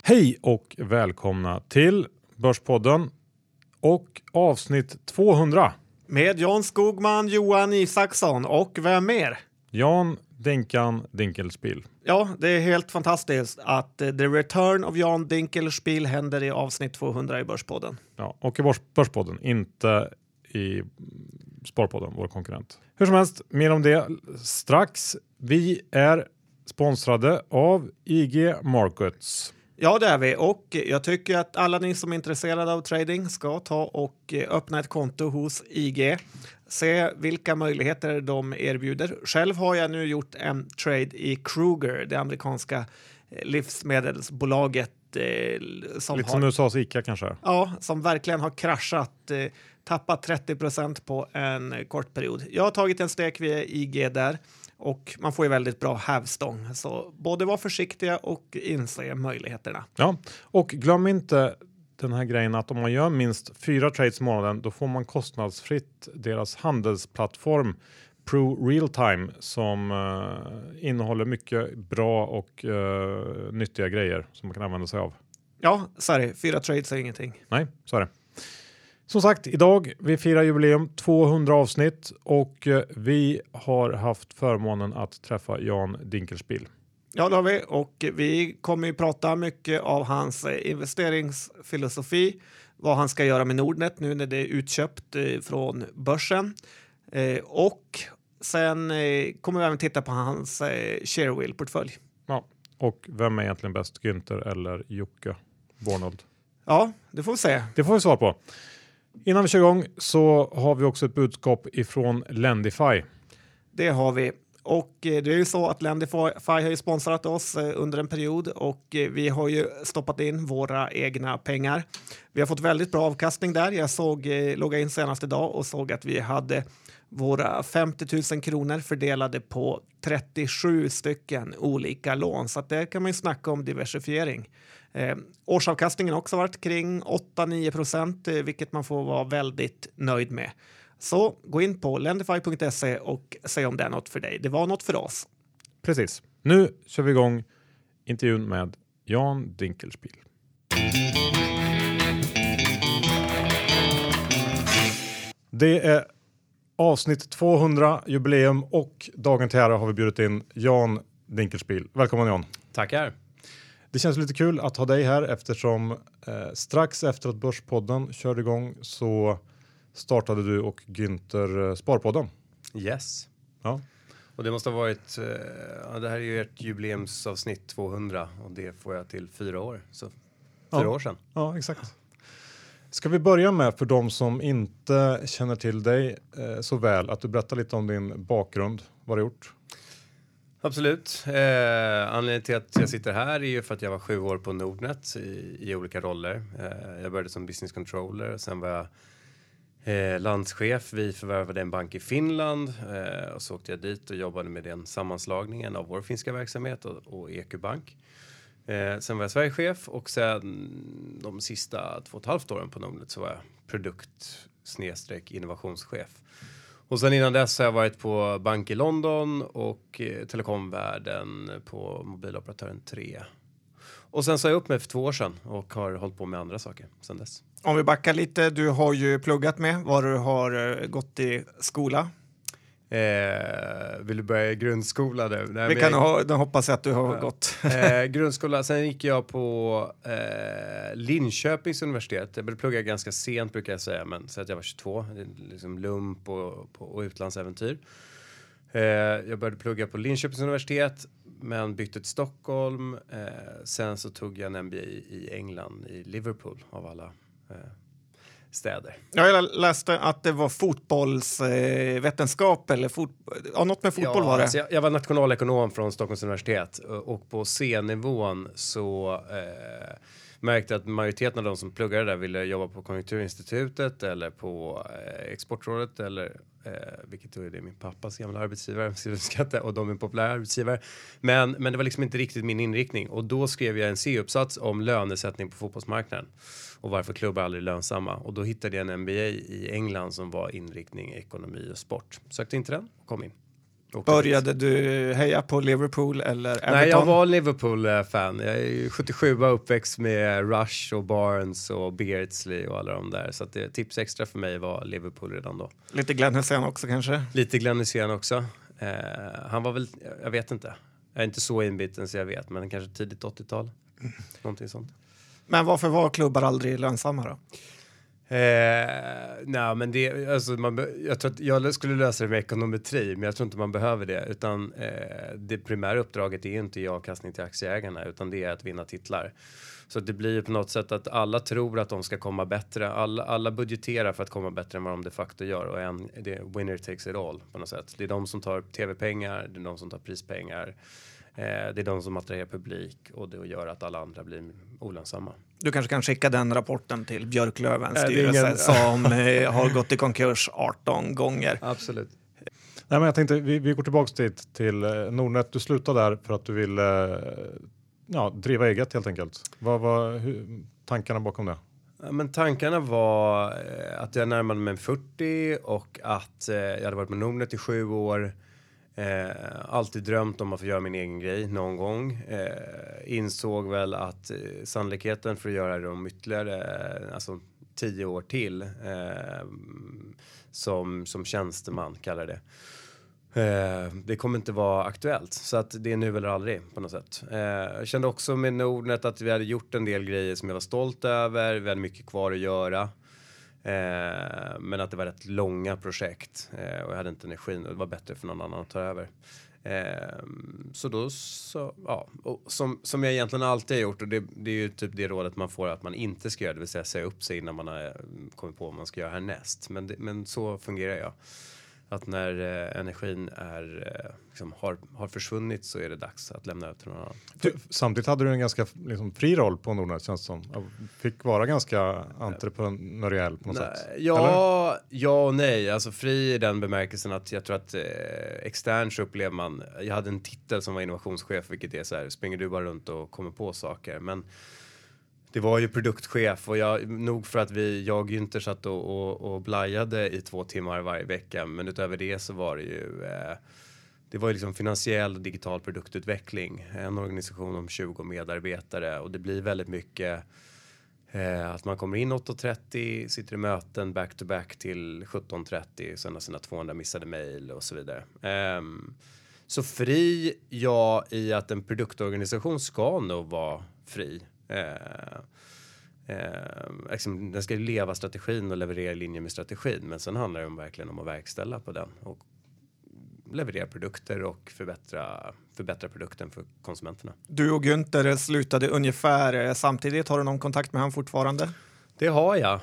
Hej och välkomna till Börspodden och avsnitt 200. Med Jan Skogman, Johan Isaksson och vem mer? Jan Dinkan Dinkelspiel. Ja, det är helt fantastiskt att The Return of Jan Dinkelspiel händer i avsnitt 200 i Börspodden. Ja, och i Börspodden, inte i Sparpodden, vår konkurrent. Hur som helst, mer om det strax. Vi är sponsrade av IG Markets. Ja, det är vi. Och jag tycker att alla ni som är intresserade av trading ska ta och öppna ett konto hos IG. Se vilka möjligheter de erbjuder. Själv har jag nu gjort en trade i Kruger, det amerikanska livsmedelsbolaget. Som USAs ICA kanske? Ja, som verkligen har kraschat. Tappat 30% på en kort period. Jag har tagit en stek via IG där. Och man får ju väldigt bra hävstång. Så både vara försiktiga och inse möjligheterna. Ja, och glöm inte den här grejen att om man gör minst 4 trades i månaden då får man kostnadsfritt deras handelsplattform Pro Realtime som innehåller mycket bra och nyttiga grejer som man kan använda sig av. Ja, så är det. 4 trades är ingenting. Nej, så är det. Som sagt, idag vi firar jubileum 200 avsnitt och vi har haft förmånen att träffa Jan Dinkelspiel. Ja, det har vi. Och vi kommer ju prata mycket av hans investeringsfilosofi. Vad han ska göra med Nordnet nu när det är utköpt från börsen. Och sen kommer vi även titta på hans Shareville-portfölj. Ja, och vem är egentligen bäst, Günther eller Jocke Bornold? Ja, det får vi se. Det får vi svar på. Innan vi kör igång så har vi också ett budskap ifrån Lendify. Det har vi. Och det är ju så att Lendify har ju sponsrat oss under en period och vi har ju stoppat in våra egna pengar. Vi har fått väldigt bra avkastning där. Jag loggade in senast idag och såg att vi hade våra 50 000 kronor fördelade på 37 stycken olika lån. Så att där kan man ju snacka om diversifiering. Årsavkastningen har också varit kring 8-9%, vilket man får vara väldigt nöjd med. Så gå in på lendify.se och se om det är något för dig. Det var något för oss. Precis. Nu kör vi igång intervjun med Jan Dinkelspiel. Det är avsnitt 200 jubileum och dagen till ära har vi bjudit in Jan Dinkelspiel. Välkommen Jan. Tackar. Det känns lite kul att ha dig här eftersom strax efter att Börspodden körde igång så startade du och Günther Sparpodden. Yes. Ja. Och det måste ha varit, det här är ju ert jubileumsavsnitt 200 och det får jag till 4 år. Så 4 år sedan. Ja, exakt. Ska vi börja med för de som inte känner till dig så väl att du berättar lite om din bakgrund, vad du har gjort? Absolut. Anledningen till att jag sitter här är ju för att jag var 7 år på Nordnet i olika roller. Jag började som business controller och sen var jag landschef. Vi förvärvade en bank i Finland och så åkte jag dit och jobbade med den sammanslagningen av vår finska verksamhet och EQ-bank. Sen var jag Sverigechef och sen de sista 2,5 åren på Nordnet så var jag produkt/innovationschef. Och sen innan dess har jag varit på bank i London och telekomvärlden på mobiloperatören 3. Och sen sa jag upp mig för 2 år sedan och har hållit på med andra saker sen dess. Om vi backar lite, du har ju pluggat med vad du har gått i skola. Vill du börja i grundskola nu? Nej, Vi kan hoppas att du har gått. Grundskola, sen gick jag på Linköpings universitet. Jag började plugga ganska sent brukar jag säga, men så att jag var 22. Liksom lump och utlandsäventyr. Jag började plugga på Linköpings universitet men bytte till Stockholm. Sen så tog jag en MBA i England, i Liverpool av alla städer. Jag läste att det var fotbollsvetenskap eller något med fotboll var det. Alltså jag var nationalekonom från Stockholms universitet och på C-nivån så märkte att majoriteten av de som pluggade där ville jobba på Konjunkturinstitutet eller på Exportrådet eller vilket då är det min pappas gamla arbetsgivare och de är populära arbetsgivare. Men det var liksom inte riktigt min inriktning och då skrev jag en C-uppsats om lönesättning på fotbollsmarknaden och varför klubbar aldrig är lönsamma. Och då hittade jag en MBA i England som var inriktning ekonomi och sport. Sökte in till den och kom in. Började du heja på Liverpool eller Everton? Nej, jag var Liverpool-fan. Jag är ju 77 uppväxt med Rush och Barnes och Beardsley och alla de där. Så att tips extra för mig var Liverpool redan då. Lite Glenn Hysén också kanske? Lite Glenn Hysén också. Han var väl, jag vet inte. Jag är inte så inbiten så jag vet, men kanske tidigt 80-tal. Någonting sånt. Men varför var klubbar aldrig lönsamma då? Nej, men det, alltså jag tror att jag skulle lösa det med ekonometri, men jag tror inte man behöver det, utan det primära uppdraget är inte avkastning till aktieägarna, utan det är att vinna titlar. Så det blir ju på något sätt att alla tror att de ska komma bättre, alla budgeterar för att komma bättre än vad de de facto gör, och det är winner takes it all på något sätt. Det är de som tar tv-pengar, det är de som tar prispengar. Det är de som attraherar publik, och det gör att alla andra blir olönsamma. Du kanske kan skicka den rapporten till Björklövens styrelse som har gått i konkurs 18 gånger. Absolut. Nej, men jag tänkte, vi går tillbaka till Nordnet. Du slutade där för att du ville driva eget helt enkelt. Vad var tankarna bakom det? Ja, men tankarna var att jag närmade mig 40 och att jag hade varit med Nordnet i 7 år. Alltid drömt om att få göra min egen grej någon gång. Insåg väl att sannolikheten för att göra det om ytterligare 10 år till som tjänsteman kallar det. Det kommer inte vara aktuellt, så att det är nu eller aldrig på något sätt. Jag kände också med Nordnet att vi hade gjort en del grejer som jag var stolt över. Vi hade mycket kvar att göra. Men att det var rätt långa projekt och jag hade inte energin, och det var bättre för någon annan att ta över. Och som jag egentligen alltid har gjort, och det är ju typ det rådet man får att man inte ska göra, det vill säga säga upp sig innan man har kommit på vad man ska göra härnäst. Men så fungerar jag. Att när energin har försvunnit så är det dags att lämna över till någon annan. Samtidigt hade du en ganska fri roll på Nordnet, känns som. Fick vara ganska entreprenöriell på något sätt. Ja och nej. Alltså fri i den bemärkelsen att jag tror att externt så upplever man... Jag hade en titel som var innovationschef, vilket är så här, springer du bara runt och kommer på saker. Men det var ju produktchef, och nog för att jag och Günther satt och blajade i 2 timmar varje vecka. Men utöver det så var det ju... Det var ju liksom finansiell och digital produktutveckling. En organisation om 20 medarbetare, och det blir väldigt mycket att man kommer in 8:30, sitter i möten back-to-back till 17:30, sen har sina 200 missade mejl och så vidare. Så fri, i att en produktorganisation ska nog vara fri. Den ska leva strategin och leverera i linje med strategin, men sen handlar det verkligen om att verkställa på den och leverera produkter och förbättra produkten för konsumenterna. Du och Günther slutade ungefär samtidigt. Har du någon kontakt med han fortfarande? Det har jag.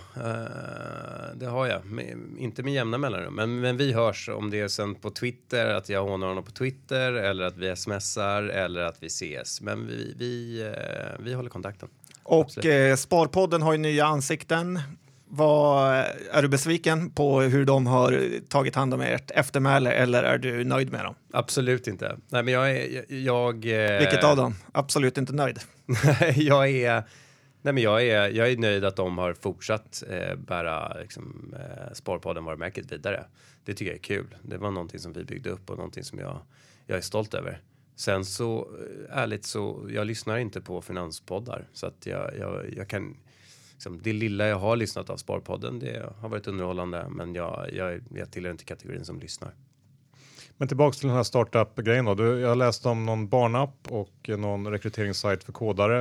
Inte med jämna mellanrum. Men vi hörs, om det är sen på Twitter, att jag hånar honom på Twitter, eller att vi smsar, eller att vi ses. Men vi håller kontakten. Och Sparpodden har ju nya ansikten. Är du besviken på hur de har tagit hand om ert eftermäle, eller är du nöjd med dem? Absolut inte. Nej, men jag Vilket av dem? Absolut inte nöjd. jag är nöjd att de har fortsatt bära Sparpodden varumärket vidare. Det tycker jag är kul. Det var någonting som vi byggde upp och någonting som jag är stolt över. Sen så ärligt så jag lyssnar inte på finanspoddar, så att jag kan det lilla jag har lyssnat av Sparpodden, det har varit underhållande, men jag tillhör inte kategorin som lyssnar. Men tillbaka till den här startup-grejen då. Jag läste om någon barnapp och någon rekryteringssajt för kodare.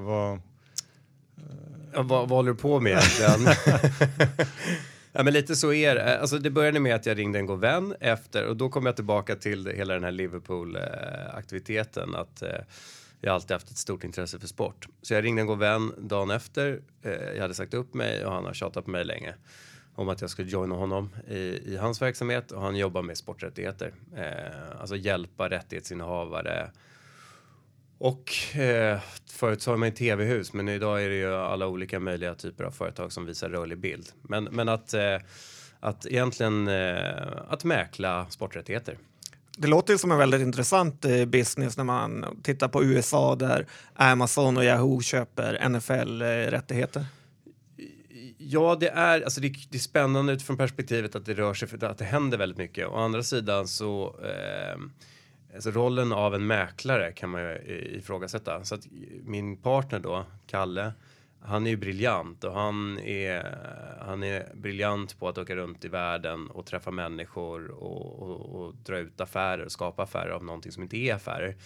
Vad håller du på med egentligen? Ja, men lite så är det. Alltså, det började med att jag ringde en god vän efter, och då kom jag tillbaka till hela den här Liverpool-aktiviteten, att jag har alltid haft ett stort intresse för sport. Så jag ringde en god vän dagen efter. Jag hade sagt upp mig, och han har tjatat på mig länge om att jag skulle joina honom i hans verksamhet, och han jobbar med sporträttigheter. Alltså hjälpa rättighetsinnehavare. Och förut så har man ett tv-hus, men idag är det ju alla olika möjliga typer av företag som visar rörlig bild. Men att egentligen att mäkla sporträttigheter. Det låter ju som en väldigt intressant business när man tittar på USA, där Amazon och Yahoo köper NFL-rättigheter. Ja, det är spännande utifrån perspektivet att det rör sig, att det händer väldigt mycket. Å andra sidan så alltså rollen av en mäklare kan man ju ifrågasätta. Så att min partner då, Kalle, han är ju briljant och han är briljant på att åka runt i världen och träffa människor och dra ut affärer och skapa affärer av någonting som inte är affärer.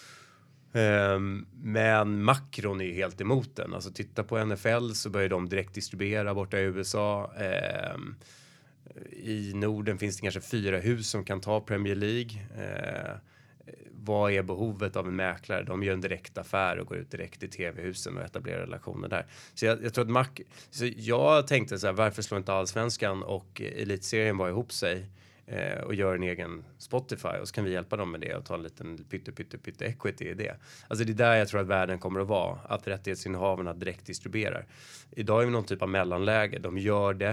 Men makron är ju helt emot den. Alltså titta på NFL så börjar de direkt distribuera borta i USA. I Norden finns det kanske 4 hus som kan ta Premier League. Vad är behovet av en mäklare? De gör en direkt affär och går ut direkt i tv-husen och etablerar relationer där. Så jag tror att så jag tänkte så här, varför slår inte Allsvenskan och Elitserien bara ihop sig och gör en egen Spotify och så kan vi hjälpa dem med det och ta en liten pytte equity i det. Alltså det är där jag tror att världen kommer att vara, att rättighetsinnehavarna direkt distribuerar. Idag är vi någon typ av mellanläge. De gör det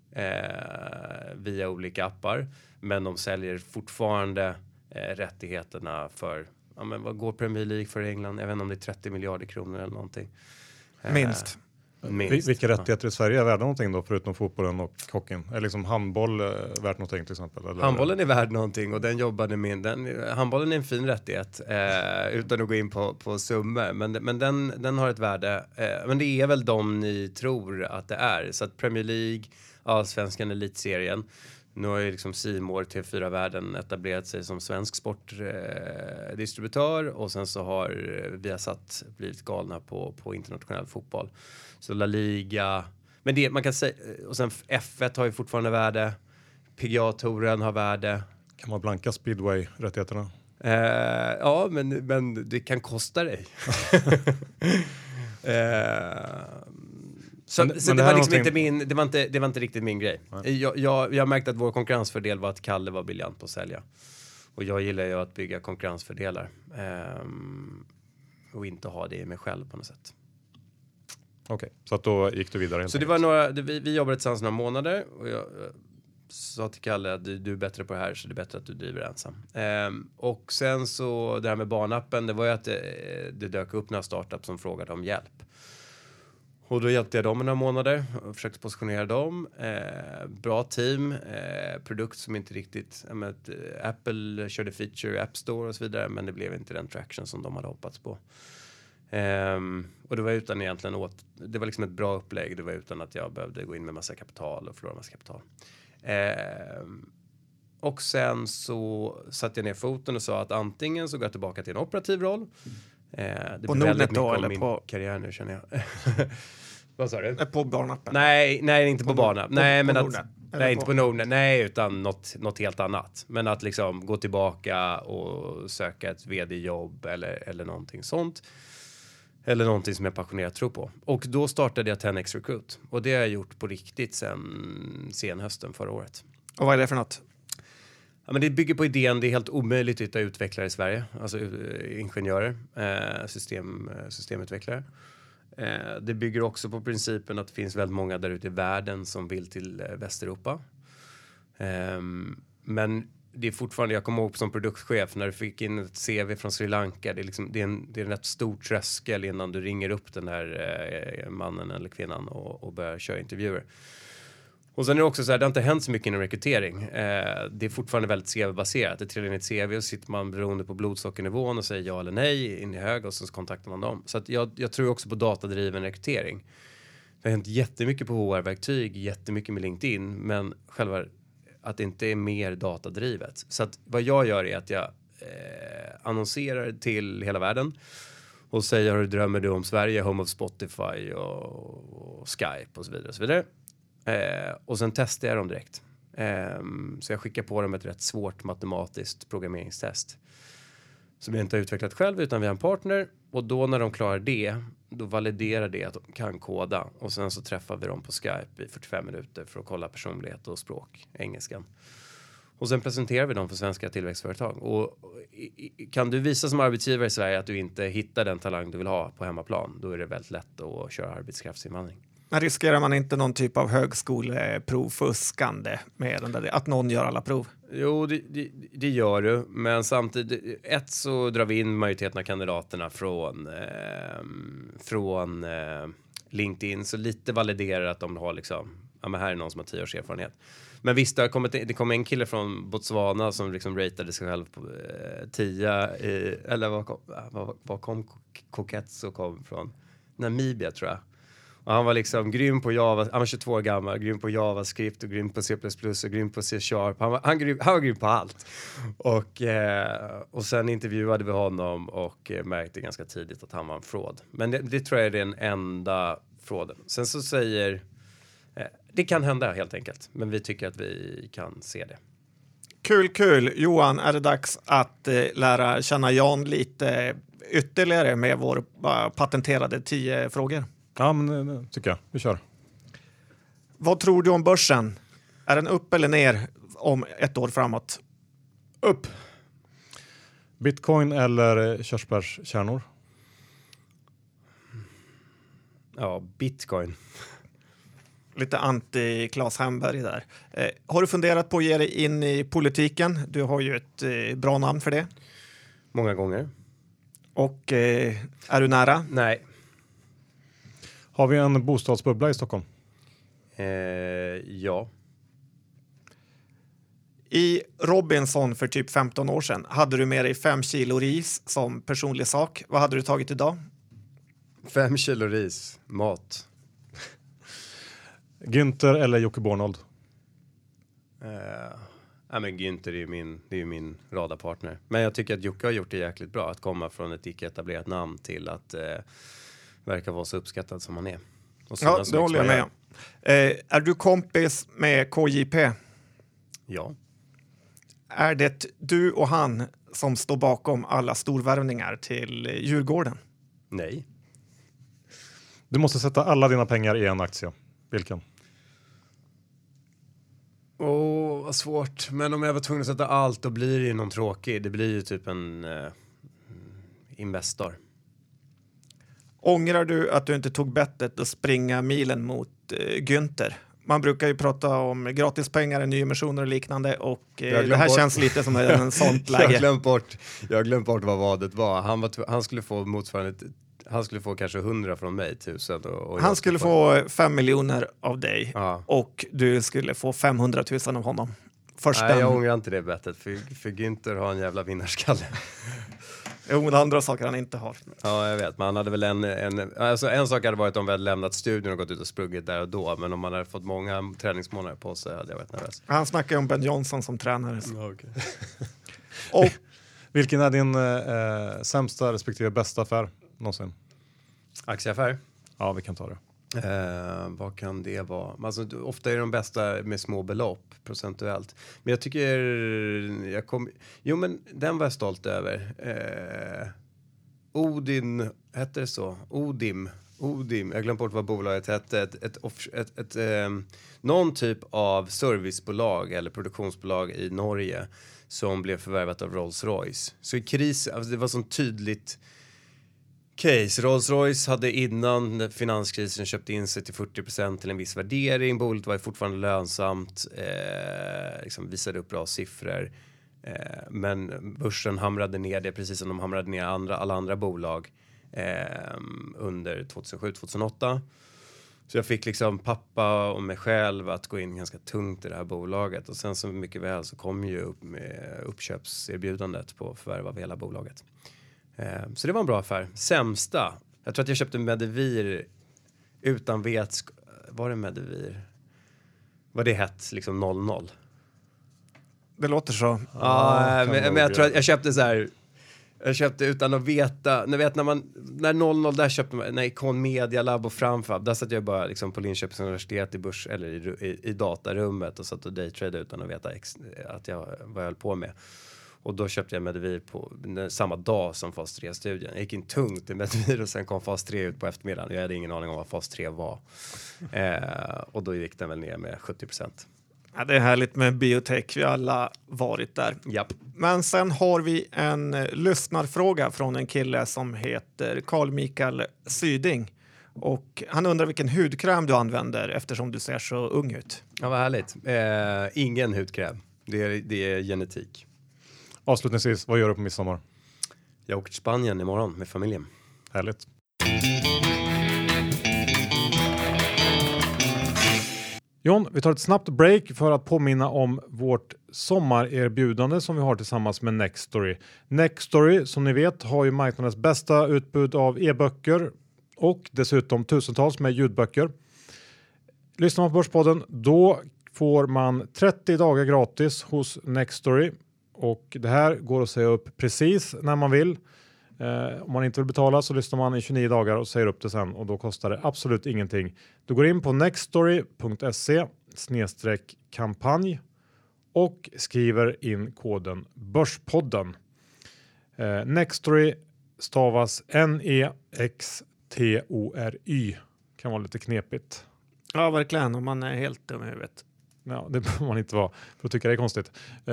via olika appar, men de säljer fortfarande rättigheterna för, ja men vad går Premier League för i England? Jag vet inte om det är 30 miljarder kronor eller någonting. Minst. Vilka rättigheter i Sverige är värda någonting då, förutom fotbollen och hockeyn? Är liksom handboll värt någonting till exempel? Eller? Handbollen är värd någonting och den jobbade med handbollen är en fin rättighet utan att gå in på summor. Men den har ett värde. Men det är väl de ni tror att det är. Så att Premier League, Allsvenskan, Elitserien. Nu har ju liksom C More TV4-världen etablerat sig som svensk sportdistributör och sen så har Viasat blivit galna på internationell fotboll. Så La Liga, men det man kan säga, och sen F1 har ju fortfarande värde, PGA-touren har värde. Kan man blanka Speedway-rättigheterna? Ja, men det kan kosta dig. Så det var liksom det var inte riktigt min grej. Jag märkte att vår konkurrensfördel var att Kalle var briljant på att sälja. Och jag gillar ju att bygga konkurrensfördelar. Och inte ha det i mig själv på något sätt. Okej, så att då gick du vidare. Så det var vi jobbade tillsammans några månader. Och jag sa till Kalle att du är bättre på det här så det är bättre att du driver ensam. Och sen så det här med barnappen, det var ju att det dök upp några startups som frågade om hjälp. Och då hjälpte jag dem i några månader och försökte positionera dem. Bra team, produkt som inte riktigt... Apple körde feature i App Store och så vidare, men det blev inte den traction som de hade hoppats på. Och det var utan egentligen det var liksom ett bra upplägg. Det var utan att jag behövde gå in med massa kapital och förlora massa kapital. Och sen så satte jag ner foten och sa att antingen så går jag tillbaka till en operativ roll. Det på blir väldigt mycket eller om min på karriär nu känner jag. Vad sa du? På barnappen? Nej, inte på barnappen. Nej, men Nordnet. Nej, inte på Nordnet. Nej, utan något helt annat. Men att liksom gå tillbaka och söka ett vd-jobb eller någonting sånt. Eller någonting som jag passionerat tror på. Och då startade jag 10X Recruit. Och det har jag gjort på riktigt sen hösten förra året. Och vad är det för något? Ja, men det bygger på idén, det är helt omöjligt att hitta utvecklare i Sverige. Alltså ingenjörer, systemutvecklare. Det bygger också på principen att det finns väldigt många där ute i världen som vill till Västeuropa. Men det är fortfarande, jag kommer ihåg som produktchef när du fick in ett CV från Sri Lanka. Det är en rätt stor tröskel innan du ringer upp den här mannen eller kvinnan och börjar köra intervjuer. Och sen är det också så här, det har inte hänt så mycket inom rekrytering. Det är fortfarande väldigt CV-baserat. Det trillar in ett CV och sitter man beroende på blodsockernivån och säger ja eller nej in i hög och så kontaktar man dem. Så att jag tror också på datadriven rekrytering. Det har hänt jättemycket på HR-verktyg, jättemycket med LinkedIn, men själva att det inte är mer datadrivet. Så att vad jag gör är att jag annonserar till hela världen och säger hur drömmer du om Sverige, home of Spotify och Skype och så vidare och så vidare. Och sen testar jag dem direkt. Så jag skickar på dem ett rätt svårt matematiskt programmeringstest. Som jag inte har utvecklat själv utan vi har en partner. Och då när de klarar det, då validerar det att de kan koda. Och sen så träffar vi dem på Skype i 45 minuter för att kolla personlighet och språk, engelskan. Och sen presenterar vi dem för svenska tillväxtföretag. Och kan du visa som arbetsgivare i Sverige att du inte hittar den talang du vill ha på hemmaplan, då är det väldigt lätt att köra arbetskraftsinvandring. Men riskerar man inte någon typ av högskoleprovfuskande med den där, att någon gör alla prov? Jo, det gör du. Men samtidigt, så drar vi in majoriteten av kandidaterna från LinkedIn, så lite validerar att de har liksom, ja men här är någon som har 10 års erfarenhet. Men visst, det kom en kille från Botswana som liksom ratade sig själv på 10 eller vad kom Koketso kom från? Namibia tror jag. Och han var liksom grym på Java, han var 22 år gammal, grym på JavaScript och grym på C++ och grym på C#. Han var grym på allt. Och sen intervjuade vi honom och märkte ganska tidigt att han var en fraud. Men det tror jag är den enda frauden. Sen så säger, det kan hända helt enkelt, men vi tycker att vi kan se det. Kul. Johan, är det dags att lära känna Jan lite ytterligare med vår patenterade 10 frågor? Ja, men det tycker jag. Vi kör. Vad tror du om börsen? Är den upp eller ner om ett år framåt? Upp. Bitcoin eller körsbärskärnor? Ja, Bitcoin. Lite anti-Claes Hemberg där. Har du funderat på att ge dig in i politiken? Du har ju ett bra namn för det. Många gånger. Och är du nära? Nej. Har vi en bostadsbubbla i Stockholm? Ja. I Robinson för typ 15 år sedan hade du med dig 5 kilo ris som personlig sak. Vad hade du tagit idag? 5 kilo ris. Mat. Günther eller Jocke Bornold? Ja, men Günther är ju min radarpartner. Men jag tycker att Jocke har gjort det jäkligt bra. Att komma från ett icke-etablerat namn till att verka vara så uppskattad som han är. Ja, det håller jag med om. Är du kompis med KJP? Ja. Är det du och han som står bakom alla storvärvningar till Djurgården? Nej. Du måste sätta alla dina pengar i en aktie. Vilken? Vad svårt. Men om jag var tvungen att sätta allt, då blir det ju någon tråkig. Det blir ju typ en Investor. Ångrar du att du inte tog bettet och springa milen mot Günther? Man brukar ju prata om gratispengar, nyemissioner och liknande, och det här känns lite som en sånt läge. Jag har glömt bort vad vadet var. Han skulle få motsvarande, han skulle få kanske 100 från mig, 1000. Och han skulle få 5 miljoner av dig, ja. Och du skulle få 500 000 av honom. Nej, jag ångrar inte det bettet, för Günther har en jävla vinnarskalle. Jo, det andra saker han inte har. Ja, jag vet. Men han hade väl en sak hade varit om vi hade lämnat studion och gått ut och sprungit där och då. Men om man hade fått många träningsmånader på sig hade jag varit nervös. Han snackar ju om Ben Johnson som tränare. Okay. Och vilken är din sämsta respektive bästa affär någonsin? Aktieaffär? Ja, vi kan ta det. Vad kan det vara? Alltså, ofta är de bästa med små belopp procentuellt. Men jag tycker men den var jag stolt över. Odin, hette det så? Odim. Jag glömde bort vad bolaget hette. Någon typ av servicebolag eller produktionsbolag i Norge som blev förvärvat av Rolls-Royce. Så i kris, alltså det var så tydligt case. Rolls-Royce hade innan finanskrisen köpt in sig till 40% till en viss värdering. Bolaget var fortfarande lönsamt. Liksom visade upp bra siffror. Men börsen hamrade ner det precis som de hamrade ner alla andra bolag under 2007-2008. Så jag fick liksom pappa och mig själv att gå in ganska tungt i det här bolaget. Och sen så mycket väl så kom ju upp med uppköpserbjudandet på förvärv av hela bolaget. Så det var en bra affär. Sämsta. Jag tror att jag köpte Medivir utan var det Medivir? Var det hett liksom 00? det låter så. Ja, men jag tror att jag köpte så här. Jag köpte utan att veta. När 00 där köpte man, när Icon Media Lab och Framfab, där satt jag bara liksom på Linköpings universitet i börs eller i datarummet och satt och daytrade utan att veta att vad jag höll på med. Och då köpte jag Medivir på samma dag som Fas 3-studien. Jag gick in tungt i Medivir och sen kom Fas 3 ut på eftermiddagen. Jag hade ingen aning om vad Fas 3 var. Och då gick den väl ner med 70%. Ja, det är härligt med biotech. Vi har alla varit där. Japp. Men sen har vi en lyssnarfråga från en kille som heter Carl Mikael Syding. Och han undrar vilken hudkräm du använder eftersom du ser så ung ut. Ja, vad härligt. Ingen hudkräm. Det är genetik. Avslutningsvis, vad gör du på midsommar? Jag åker till Spanien imorgon med familjen. Härligt. John, vi tar ett snabbt break för att påminna om vårt sommarerbjudande som vi har tillsammans med Nextory. Nextory, som ni vet, har ju marknadens bästa utbud av e-böcker och dessutom tusentals med ljudböcker. Lyssnar man på Börspodden, då får man 30 dagar gratis hos Nextory. Och det här går att säga upp precis när man vill. Om man inte vill betala så lyssnar man i 29 dagar och säger upp det sen. Och då kostar det absolut ingenting. Du går in på nextory.se/kampanj och skriver in koden Börspodden. Nextory stavas Nextory. Kan vara lite knepigt. Ja, verkligen. Om man är helt dum i huvudet. Ja, det behöver man inte vara för att tycka det är konstigt.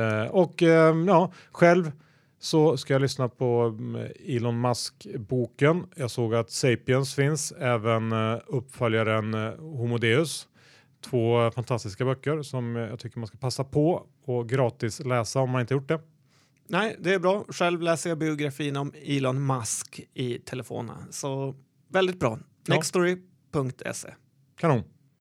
Själv så ska jag lyssna på Elon Musk-boken. Jag såg att Sapiens finns, även uppföljaren Homo Deus. 2 fantastiska böcker som jag tycker man ska passa på och gratis läsa om man inte gjort det. Nej, det är bra. Själv läser jag biografin om Elon Musk i telefonen. Så väldigt bra. Ja. Nextory.se. Kanon.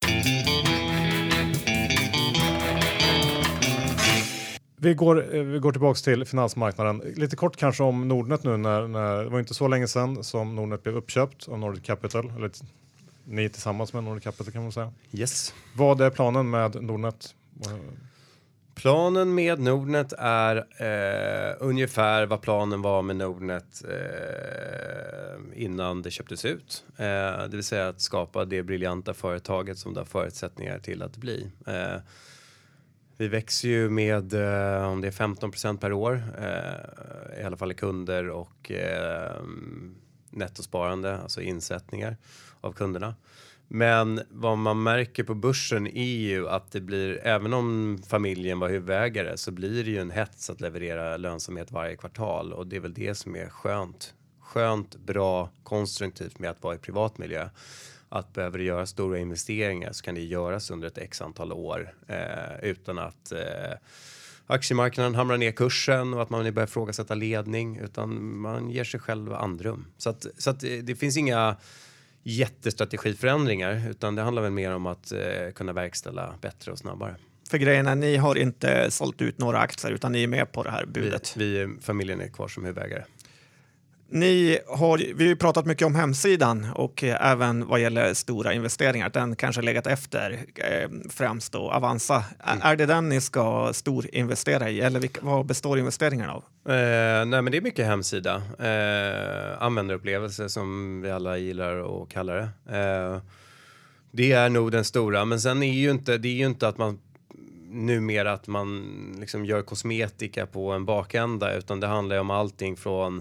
Vi går tillbaka till finansmarknaden. Lite kort kanske om Nordnet nu. När det var inte så länge sedan som Nordnet blev uppköpt av Nordic Capital. Eller ni tillsammans med Nordic Capital kan man säga. Yes. Vad är planen med Nordnet? Planen med Nordnet är ungefär vad planen var med Nordnet innan det köptes ut. Det vill säga att skapa det briljanta företaget som det har förutsättningar till att bli. Vi växer ju med om det är 15% per år, i alla fall i kunder och nettosparande, alltså insättningar av kunderna. Men vad man märker på börsen är ju att det blir, även om familjen var huvudägare, så blir det ju en hets att leverera lönsamhet varje kvartal. Och det är väl det som är skönt, bra, konstruktivt med att vara i privat miljö. Att behöver det göra stora investeringar så kan det göras under ett x antal år utan att aktiemarknaden hamnar ner kursen och att man börjar ifrågasätta ledning, utan man ger sig själv andrum. Så att det finns inga jättestrategiförändringar, utan det handlar väl mer om att kunna verkställa bättre och snabbare. För grejen är, ni har inte sålt ut några aktier utan ni är med på det här budet. Familjen är kvar som huvudägare. Vi har ju pratat mycket om hemsidan och även vad gäller stora investeringar. Den kanske legat efter främst då Avanza. Är det den ni ska storinvestera i, eller vad består investeringarna av? Nej, men det är mycket hemsida. Användarupplevelse som vi alla gillar att kalla det. Det är nog den stora, men sen är det är ju inte att man numera att man liksom gör kosmetika på en bakända, utan det handlar ju om allting från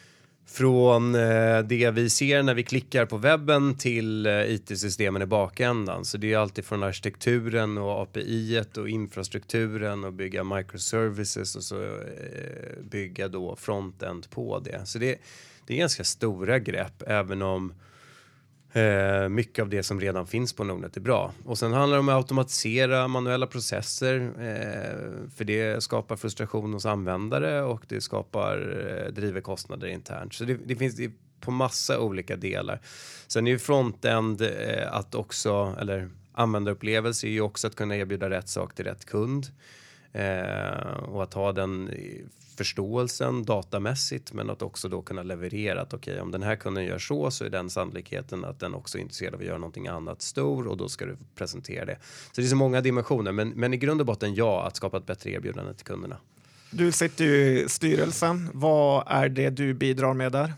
det vi ser när vi klickar på webben till IT-systemen i bakändan. Så det är alltid från arkitekturen och API-et och infrastrukturen och bygga microservices och så bygga då frontend på det. Så det är ganska stora grepp, även om mycket av det som redan finns på Nordnet är bra. Och sen handlar det om att automatisera manuella processer, för det skapar frustration hos användare och det driver kostnader internt. Så det finns på massa olika delar. Sen är ju frontend att också, eller användarupplevelse är ju också att kunna erbjuda rätt sak till rätt kund. Och att ha den förståelsen datamässigt, men att också då kunna leverera att okej, om den här kunden gör så är den sannolikheten att den också är intresserad av att göra någonting annat stor, och då ska du presentera det. Så det är så många dimensioner, men i grund och botten att skapa ett bättre erbjudande till kunderna. Du sitter ju i styrelsen. Vad är det du bidrar med där?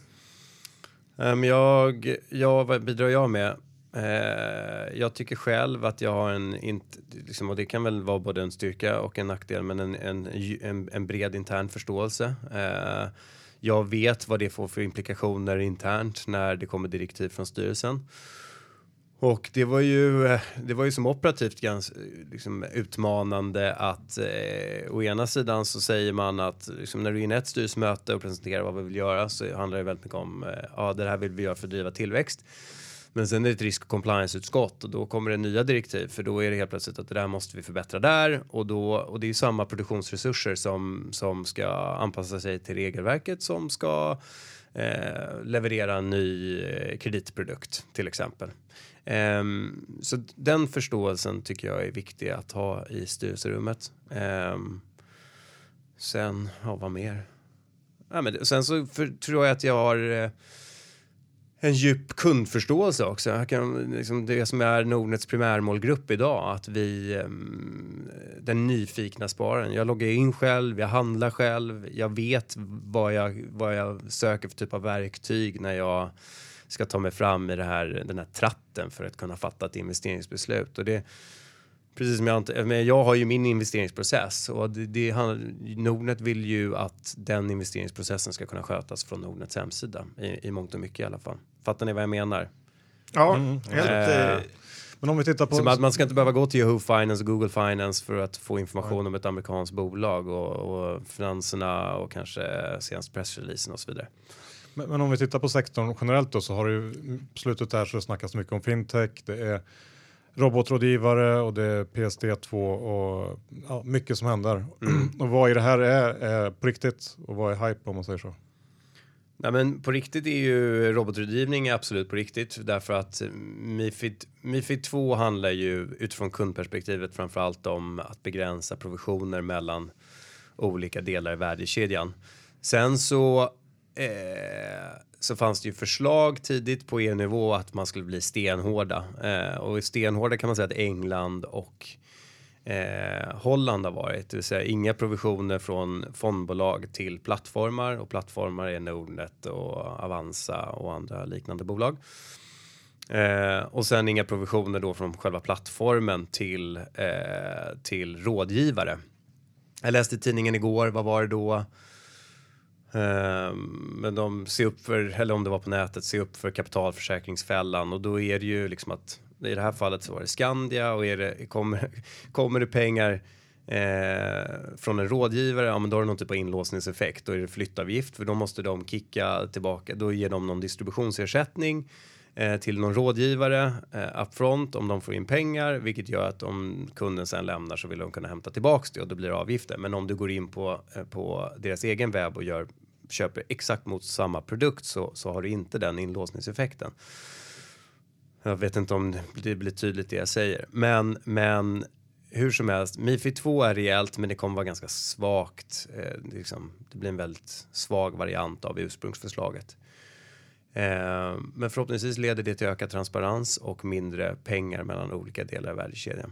Vad bidrar jag med? Jag tycker själv att jag har och det kan väl vara både en styrka och en nackdel, men en bred intern förståelse. Jag vet vad det får för implikationer internt när det kommer direktiv från styrelsen. Och det var ju som operativt ganska utmanande att å ena sidan så säger man att när du är inne i ett styrelsemöte och presenterar vad vi vill göra, så handlar det väldigt mycket om det här vill vi göra för att driva tillväxt. Men sen är det ett risk- och compliance-utskott och då kommer det nya direktiv, för då är det helt plötsligt att det där måste vi förbättra där, och det är ju samma produktionsresurser som ska anpassa sig till regelverket, som ska leverera en ny kreditprodukt till exempel. Så den förståelsen tycker jag är viktig att ha i styrelserummet. Sen, vad mer? Ja, men sen så tror jag att jag har en djup kundförståelse också. Jag kan, liksom, det som är Nordnets primärmålgrupp idag, att vi, den nyfikna spararen, jag loggar in själv, jag handlar själv, jag vet vad jag söker för typ av verktyg när jag ska ta mig fram i den här tratten för att kunna fatta ett investeringsbeslut. Och det, precis som jag har ju min investeringsprocess, och Nordnet vill ju att den investeringsprocessen ska kunna skötas från Nordnets hemsida i mångt och mycket i alla fall. Fattar ni vad jag menar? Ja, Men om vi tittar på... Så man ska inte behöva gå till Yahoo Finance och Google Finance för att få information om ett amerikanskt bolag och finanserna och kanske senaste pressreleasen och så vidare. Men om vi tittar på sektorn generellt då, så har det ju på slutet här så snackas mycket om fintech. Det är robotrådgivare och det är PSD2 och mycket som händer. Och vad i det här är på riktigt och vad är hype om man säger så? Nej, men på riktigt är ju robotrådgivning absolut på riktigt, därför att MiFID 2 handlar ju utifrån kundperspektivet framförallt om att begränsa provisioner mellan olika delar i värdekedjan. Sen så fanns det ju förslag tidigt på EU-nivå att man skulle bli stenhårda. Och stenhårda kan man säga att England och Holland har varit. Det vill säga inga provisioner från fondbolag till plattformar. Och plattformar är Nordnet och Avanza och andra liknande bolag. Och sen inga provisioner då från själva plattformen till rådgivare. Jag läste i tidningen igår, vad var det då? Men de ser upp för, eller om det var på nätet, ser upp för kapitalförsäkringsfällan, och då är det ju liksom att i det här fallet så var det Skandia, och kommer det pengar från en rådgivare, ja men då har det någon typ av inlåsningseffekt, då är det flyttavgift, för då måste de kicka tillbaka, då ger de någon distributionsersättning till någon rådgivare upfront om de får in pengar, vilket gör att om kunden sen lämnar så vill de kunna hämta tillbaka det och då blir det avgifter. Men om du går in på deras egen webb och köper exakt mot samma produkt så har du inte den inlåsningseffekten. Jag vet inte om det blir tydligt det jag säger. Men hur som helst, MiFID 2 är rejält, men det kommer vara ganska svagt. Det blir en väldigt svag variant av ursprungsförslaget. Men förhoppningsvis leder det till ökad transparens och mindre pengar mellan olika delar av värdekedjan.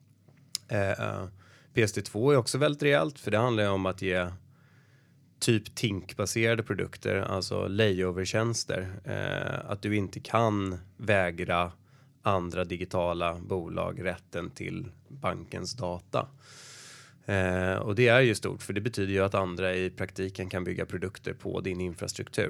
PSD2 är också väldigt rejält, för det handlar om att ge typ Tink-baserade produkter, alltså layover-tjänster. Att du inte kan vägra andra digitala bolag rätten till bankens data. Och det är ju stort, för det betyder ju att andra i praktiken kan bygga produkter på din infrastruktur.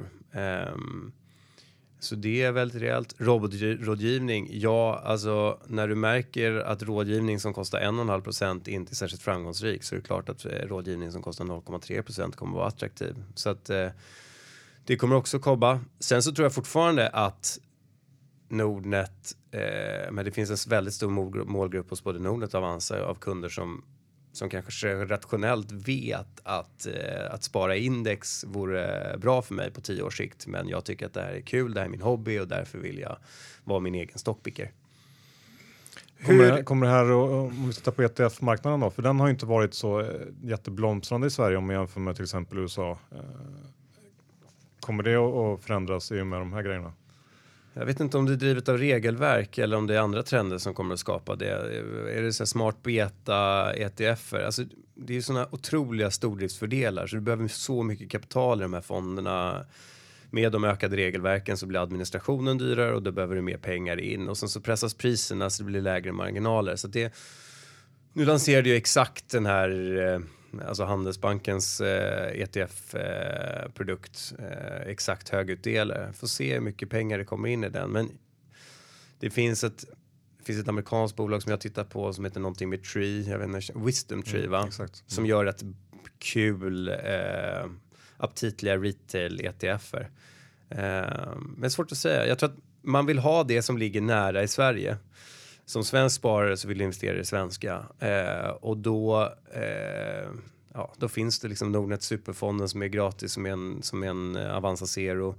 Så det är väldigt rejält. Robotrådgivning, ja, alltså när du märker att rådgivning som kostar 1,5% inte är särskilt framgångsrik, så är det klart att rådgivning som kostar 0,3% kommer vara attraktiv. Så att det kommer också komma. Sen så tror jag fortfarande att Nordnet, men det finns en väldigt stor målgrupp hos både Nordnet och Avanza av kunder som kanske rationellt vet att spara index vore bra för mig på 10 års sikt. Men jag tycker att det här är kul, det här är min hobby och därför vill jag vara min egen stockpicker. Kommer det här, om vi tittar på ETF-marknaden då, för den har ju inte varit så jätteblomstrande i Sverige om man jämför med till exempel USA. Kommer det att förändras i och med de här grejerna? Jag vet inte om det är drivet av regelverk eller om det är andra trender som kommer att skapa det. Är det så här smart beta ETFer? Alltså, det är ju sådana otroliga stordriftsfördelar, så du behöver så mycket kapital i de här fonderna. Med de ökade regelverken så blir administrationen dyrare och då behöver du mer pengar in. Och sen så pressas priserna så det blir lägre marginaler. Så det, nu lanserade ju exakt den här... Alltså Handelsbankens ETF-produkt, exakt högutdelare. Får se hur mycket pengar det kommer in i den. Men det finns ett amerikanskt bolag som jag tittar på som heter någonting med Tree, jag vet inte, Wisdom Tree va? Exakt. Som gör ett kul aptitliga retail-ETFer. Men svårt att säga. Jag tror att man vill ha det som ligger nära i Sverige. Som svensk sparare så vill du investera i svenska. Och då... då finns det liksom Nordnet Superfonden som är gratis som är en Avanza Zero.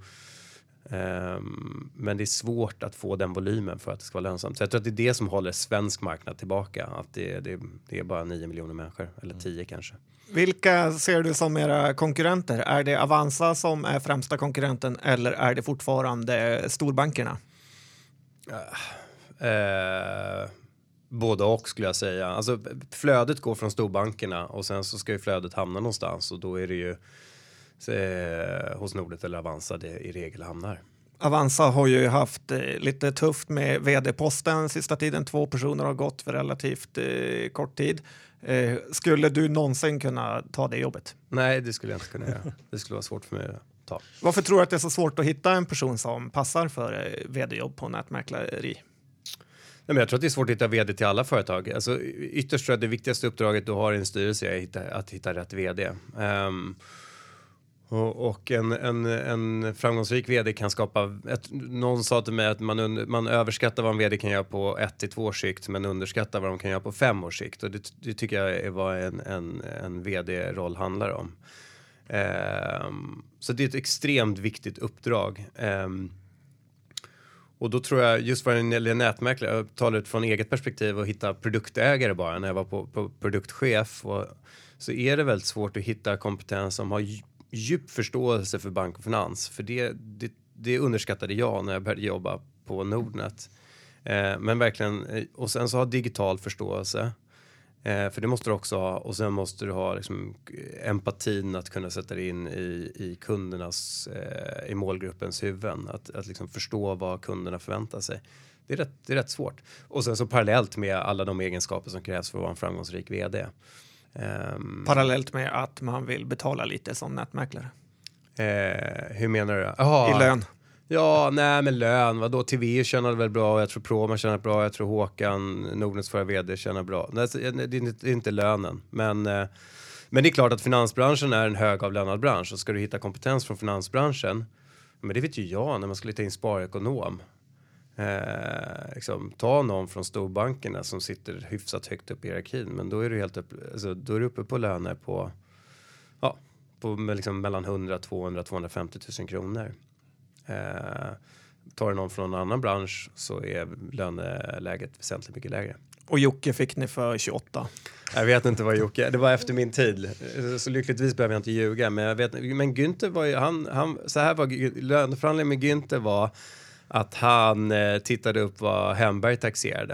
Men det är svårt att få den volymen för att det ska vara lönsamt. Så jag tror att det är det som håller svensk marknad tillbaka. Att det är bara 9 miljoner människor, eller 10 kanske. Vilka ser du som era konkurrenter? Är det Avanza som är främsta konkurrenten eller är det fortfarande storbankerna? Både och skulle jag säga. Alltså, flödet går från storbankerna och sen så ska ju flödet hamna någonstans och då är det ju hos Nordnet eller Avanza det i regel hamnar. Avanza har ju haft lite tufft med vd-posten sista tiden. 2 personer har gått för relativt kort tid. Skulle du någonsin kunna ta det jobbet? Nej, det skulle jag inte kunna göra. Det skulle vara svårt för mig att ta. Varför tror du att det är så svårt att hitta en person som passar för vd-jobb på nätmäkleri? Men jag tror att det är svårt att hitta vd till alla företag. Alltså, ytterst tror jag det viktigaste uppdraget du har i en styrelse är att hitta rätt vd. Och en framgångsrik vd kan skapa... Någon sa till mig att man överskattar vad en vd kan göra på 1 till 2 års sikt men underskattar vad de kan göra på 5 års sikt. Och det tycker jag är vad en vd-roll handlar om. Så det är ett extremt viktigt uppdrag. Och då tror jag, just vad det gäller nätmäklare, jag talar ut från eget perspektiv och hitta produktägare bara när jag var på produktchef. Så är det väldigt svårt att hitta kompetens som har djup förståelse för bank och finans. För det underskattade jag när jag började jobba på Nordnet. Men verkligen, och sen så ha digital förståelse. För det måste du också ha. Och sen måste du ha liksom empatin att kunna sätta dig in i kundernas, i målgruppens huvuden. Att liksom förstå vad kunderna förväntar sig. Det är rätt svårt. Och sen så parallellt med alla de egenskaper som krävs för att vara en framgångsrik vd. Parallellt med att man vill betala lite som nätmäklare. Hur menar du? Aha. I lön. Ja, nej men lön. Vadå? TV tjänar väl bra. Jag tror Proma tjänar bra. Jag tror Håkan, Nordnets förra vd, tjänar bra. Det är inte lönen. Men det är klart att finansbranschen är en högavlönad bransch. Och ska du hitta kompetens från finansbranschen. Men det vet ju jag när man skulle ta in sparekonom. Ta någon från storbankerna som sitter hyfsat högt upp i hierarkin. Men då är du då är du uppe på löner på liksom mellan 100, 200, 250 000 kronor. Tar du någon från en annan bransch så är löneläget väsentligt mycket lägre. Och Jocke fick ni för 28? Jag vet inte vad Jocke, det var efter min tid. Så lyckligtvis behöver jag inte ljuga. Men Günther var ju, så här var löneförhandlingen med Günther var att han tittade upp vad Hemberg taxerade.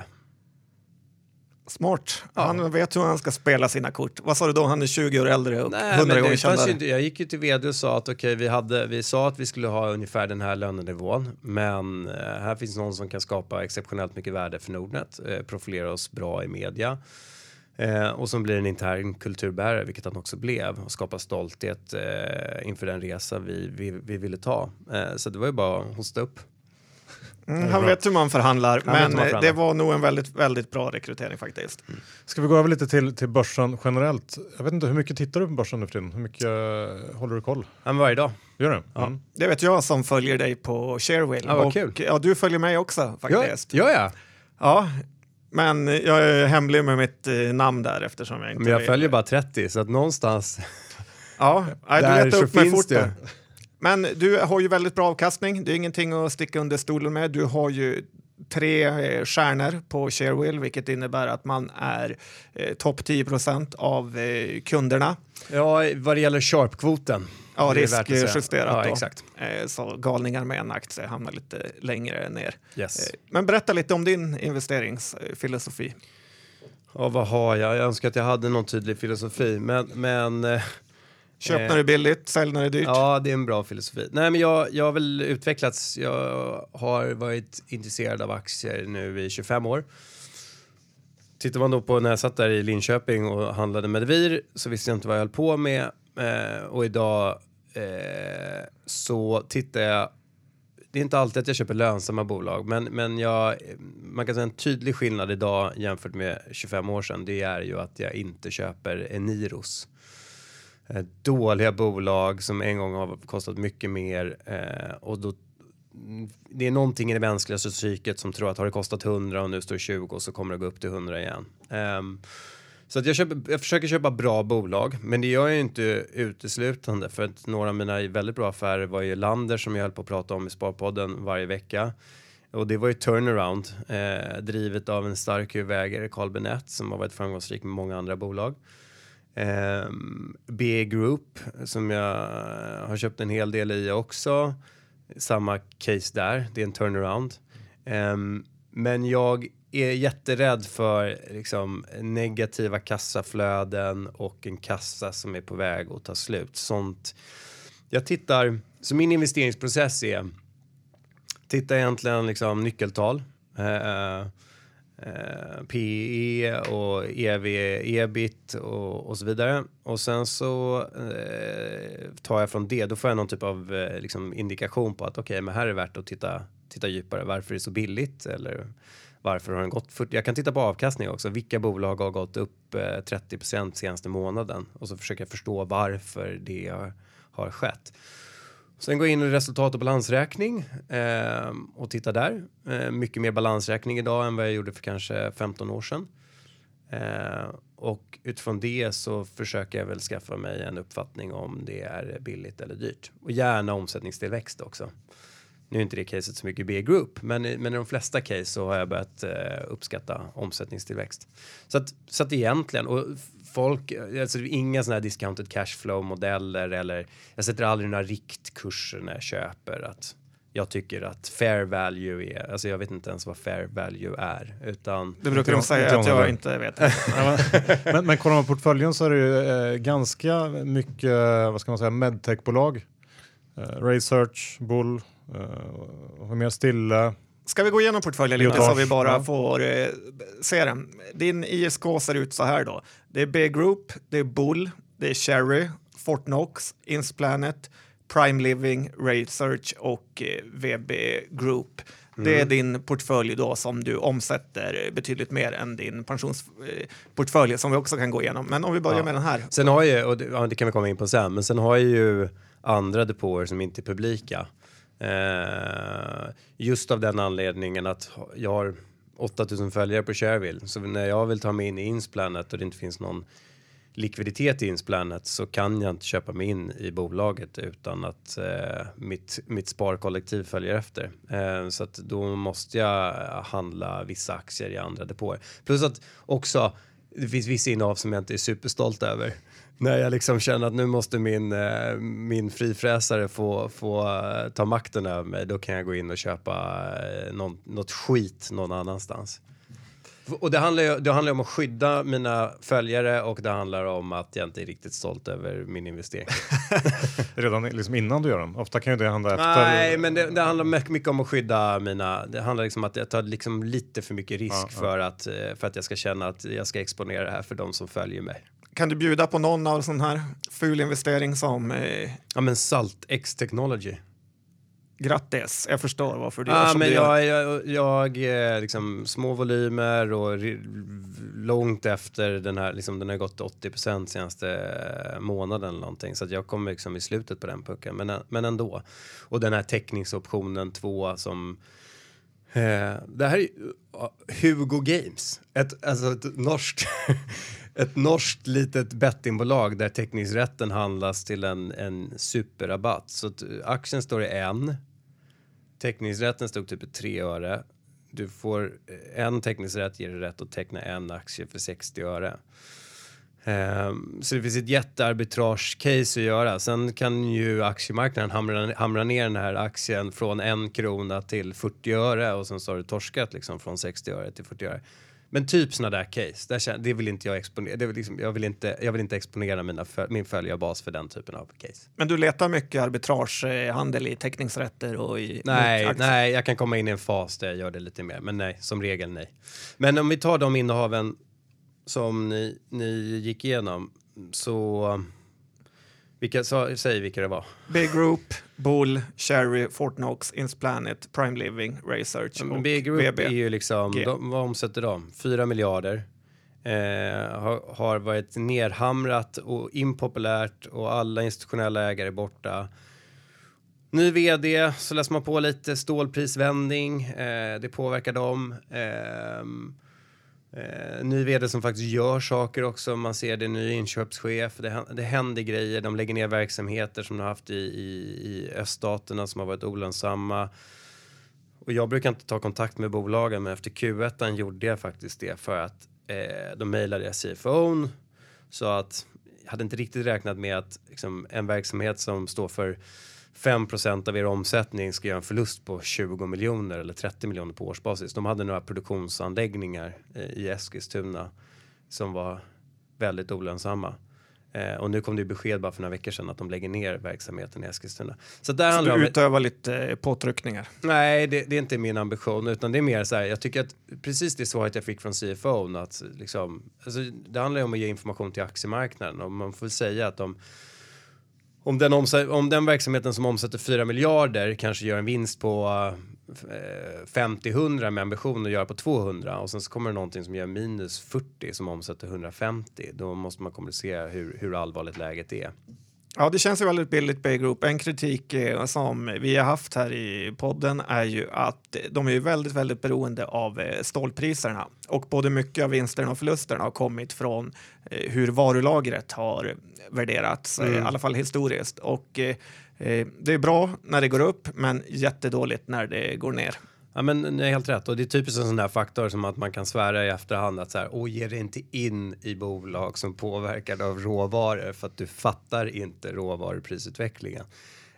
Smart. Ja. Han vet hur han ska spela sina kort. Vad sa du då? Han är 20 år äldre och 100 gånger kändare. Jag gick ju till vd och sa att vi sa att vi skulle ha ungefär den här lönenivån. Men här finns någon som kan skapa exceptionellt mycket värde för Nordnet. Profilera oss bra i media. Och som blir en intern kulturbärare, vilket han också blev. Och skapa stolthet inför den resa vi ville ta. Så det var ju bara att hosta upp. Han vet hur man förhandlar, men det var nog en väldigt, väldigt bra rekrytering faktiskt. Ska vi gå över lite till börsen generellt? Jag vet inte, hur mycket tittar du på börsen nu för tiden? Hur mycket håller du koll? Varje dag. Gör du? Ja. Det vet jag som följer dig på Shareville. Ja, vad kul. Ja, du följer mig också faktiskt. Ja. Ja, men jag är hemlig med mitt namn där eftersom jag inte... Men jag följer bara 30, så att någonstans... Ja, du vet upp mig fort det. Men du har ju väldigt bra avkastning. Det är ingenting att sticka under stolen med. Du har ju 3 stjärnor på Shareville, vilket innebär att man är topp 10% av kunderna. Ja, vad det gäller Sharp-kvoten. Ja, riskjusterat. Ja, exakt. Så galningar med en aktie hamnar lite längre ner. Yes. Men berätta lite om din investeringsfilosofi. Ja, vad har jag? Jag önskar att jag hade någon tydlig filosofi, men köp när det är billigt, sälj när det är dyrt. Ja, det är en bra filosofi. Nej, men jag har väl utvecklats. Jag har varit intresserad av aktier nu i 25 år. Tittar man då på när jag satt där i Linköping och handlade Medivir så visste jag inte vad jag höll på med. Och idag så tittar jag. Det är inte alltid att jag köper lönsamma bolag, men man kan säga en tydlig skillnad idag jämfört med 25 år sedan. Det är ju att jag inte köper Eniros. Dåliga bolag som en gång har kostat mycket mer och då, det är någonting i det mänskliga psyket som tror att har det kostat 100 och nu står 20 och så kommer det gå upp till 100 igen. Så att jag försöker köpa bra bolag, men det gör jag ju inte uteslutande, för att några av mina väldigt bra affärer var ju Lander som jag höll på att prata om i Sparpodden varje vecka. Och det var ju turnaround, drivet av en stark huvudägare, Carl Benett, som har varit framgångsrik med många andra bolag. BE Group, som jag har köpt en hel del i också. Samma case där, det är en turnaround. Men jag är jätterädd för liksom negativa kassaflöden och en kassa som är på väg att ta slut. Sånt. Så min investeringsprocess är, titta egentligen liksom nyckeltal, PE och EV, EBIT och så vidare. Och sen så tar jag från det, då får jag någon typ av liksom indikation på att okej, men här är det värt att titta djupare. Varför är det så billigt? Eller varför har den gått 40? Jag kan titta på avkastning också. Vilka bolag har gått upp 30% senaste månaden? Och så försöker jag förstå varför det har skett. Sen går jag in i resultat- och balansräkning och titta där. Mycket mer balansräkning idag än vad jag gjorde för kanske 15 år sedan. Och utifrån det så försöker jag väl skaffa mig en uppfattning om det är billigt eller dyrt. Och gärna omsättningstillväxt också. Nu är inte det caset så mycket i BE Group, men i de flesta case så har jag börjat uppskatta omsättningstillväxt. Så att egentligen, och folk, alltså inga sådana här discounted cashflow-modeller, eller jag sätter aldrig några riktkurser när jag köper, att jag tycker att fair value är, alltså jag vet inte ens vad fair value är, utan det brukar de säga att jag inte vet. men kollar man på portföljen så är det ju ganska mycket, vad ska man säga, medtech-bolag. Research, Bull, och mer stilla. Ska vi gå igenom portföljen lite så vi bara får se den? Din ISK ser ut så här då. Det är BE Group, det är Bull, det är Cherry, Fortnox, Insplanet, Prime Living, Research och VB Group. Det är din portfölj då som du omsätter betydligt mer än din pensionsportfölj som vi också kan gå igenom. Men om vi börjar med den här. Sen har jag, och det kan vi komma in på sen, men sen har jag ju andra depåer som inte är publika. Just av den anledningen att jag har 8000 följare på Shareville. Så när jag vill ta mig in i Insplanet och det inte finns någon likviditet i Insplanet, så kan jag inte köpa mig in i bolaget utan att mitt sparkollektiv följer efter. Så att då måste jag handla vissa aktier i andra depåer. Plus att också det finns vissa innehav som jag inte är superstolt över. När jag liksom känner att nu måste min frifräsare få ta makten över mig, då kan jag gå in och köpa något skit någon annanstans. Och det handlar om att skydda mina följare, och det handlar om att jag inte är riktigt stolt över min investering. Redan liksom innan du gör den? Ofta kan ju det hända efter. Nej, men det handlar mycket om att skydda mina. Det handlar liksom om att jag tar liksom lite för mycket risk för att jag ska känna att jag ska exponera det här för de som följer mig. Kan du bjuda på någon av sån här ful investering som... Ja, men SaltX Technology. Grattis, jag förstår varför du gör som men du gör. jag liksom små volymer och långt efter den här, liksom, den har gått 80% senaste månaden eller någonting, så att jag kommer liksom i slutet på den pucken, men ändå. Och den här teckningsoptionen 2 som det här är Hugo Games, ett norskt ett norskt litet bettingbolag där teckningsrätten handlas till en superrabatt. Så att aktien står i 1. Teckningsrätten stod typ i 3 öre. Du får en teckningsrätt, ger dig rätt att teckna en aktie för 60 öre. Så det finns ett jättearbitrage-case att göra. Sen kan ju aktiemarknaden hamra ner den här aktien från 1 krona till 40 öre. Och sen så har du torskat liksom från 60 öre till 40 öre. Men typ såna där case, det vill inte jag exponera. Det vill liksom, jag vill inte exponera min följarbas för den typen av case. Men du letar mycket arbitragehandel i teckningsrätter och i... Nej, jag kan komma in i en fas där jag gör det lite mer. Men nej, som regel nej. Men om vi tar de innehaven som ni gick igenom, så... Säg vilka det var. BE Group, Bull, Cherry, Fortnox, Insplanet, Prime Living, Research och BE Group VB. är ju liksom, vad omsätter de? 4 miljarder. Har varit nerhamrat och impopulärt och alla institutionella ägare är borta. Ny vd, så läser man på lite stålprisvändning. Det påverkar dem. Ny vd som faktiskt gör saker också. Man ser det, ny inköpschef. Det händer grejer. De lägger ner verksamheter som de har haft i öststaterna som har varit olönsamma. Och jag brukar inte ta kontakt med bolagen, men efter Q1 gjorde jag faktiskt det för att de mejlade CFO:n. Så att jag hade inte riktigt räknat med att liksom, en verksamhet som står för 5% av er omsättning ska göra en förlust på 20 miljoner eller 30 miljoner på årsbasis. De hade några produktionsanläggningar i Eskilstuna som var väldigt olönsamma. Och nu kom det besked bara för några veckor sedan att de lägger ner verksamheten i Eskilstuna. Så där du utövar lite påtryckningar? Nej, det är inte min ambition, utan det är mer så här, jag tycker att precis det svaret jag fick från CFO, att liksom, alltså, det handlar ju om att ge information till aktiemarknaden, och man får säga att om den verksamheten som omsätter 4 miljarder kanske gör en vinst på 50-100 med ambition att göra på 200, och sen så kommer det någonting som gör minus 40 som omsätter 150, då måste man kommunicera hur allvarligt läget är. Ja, det känns ju väldigt billigt, Beijer Group. En kritik som vi har haft här i podden är ju att de är ju väldigt, väldigt beroende av stålpriserna. Och både mycket av vinsterna och förlusterna har kommit från hur varulagret har värderats, i alla fall historiskt. Och det är bra när det går upp, men jättedåligt när det går ner. Ja, men det är helt rätt. Och det är typiskt en sån där faktor som att man kan svära i efterhand att så här, ge det inte in i bolag som påverkar av råvaror för att du fattar inte råvaruprisutvecklingen.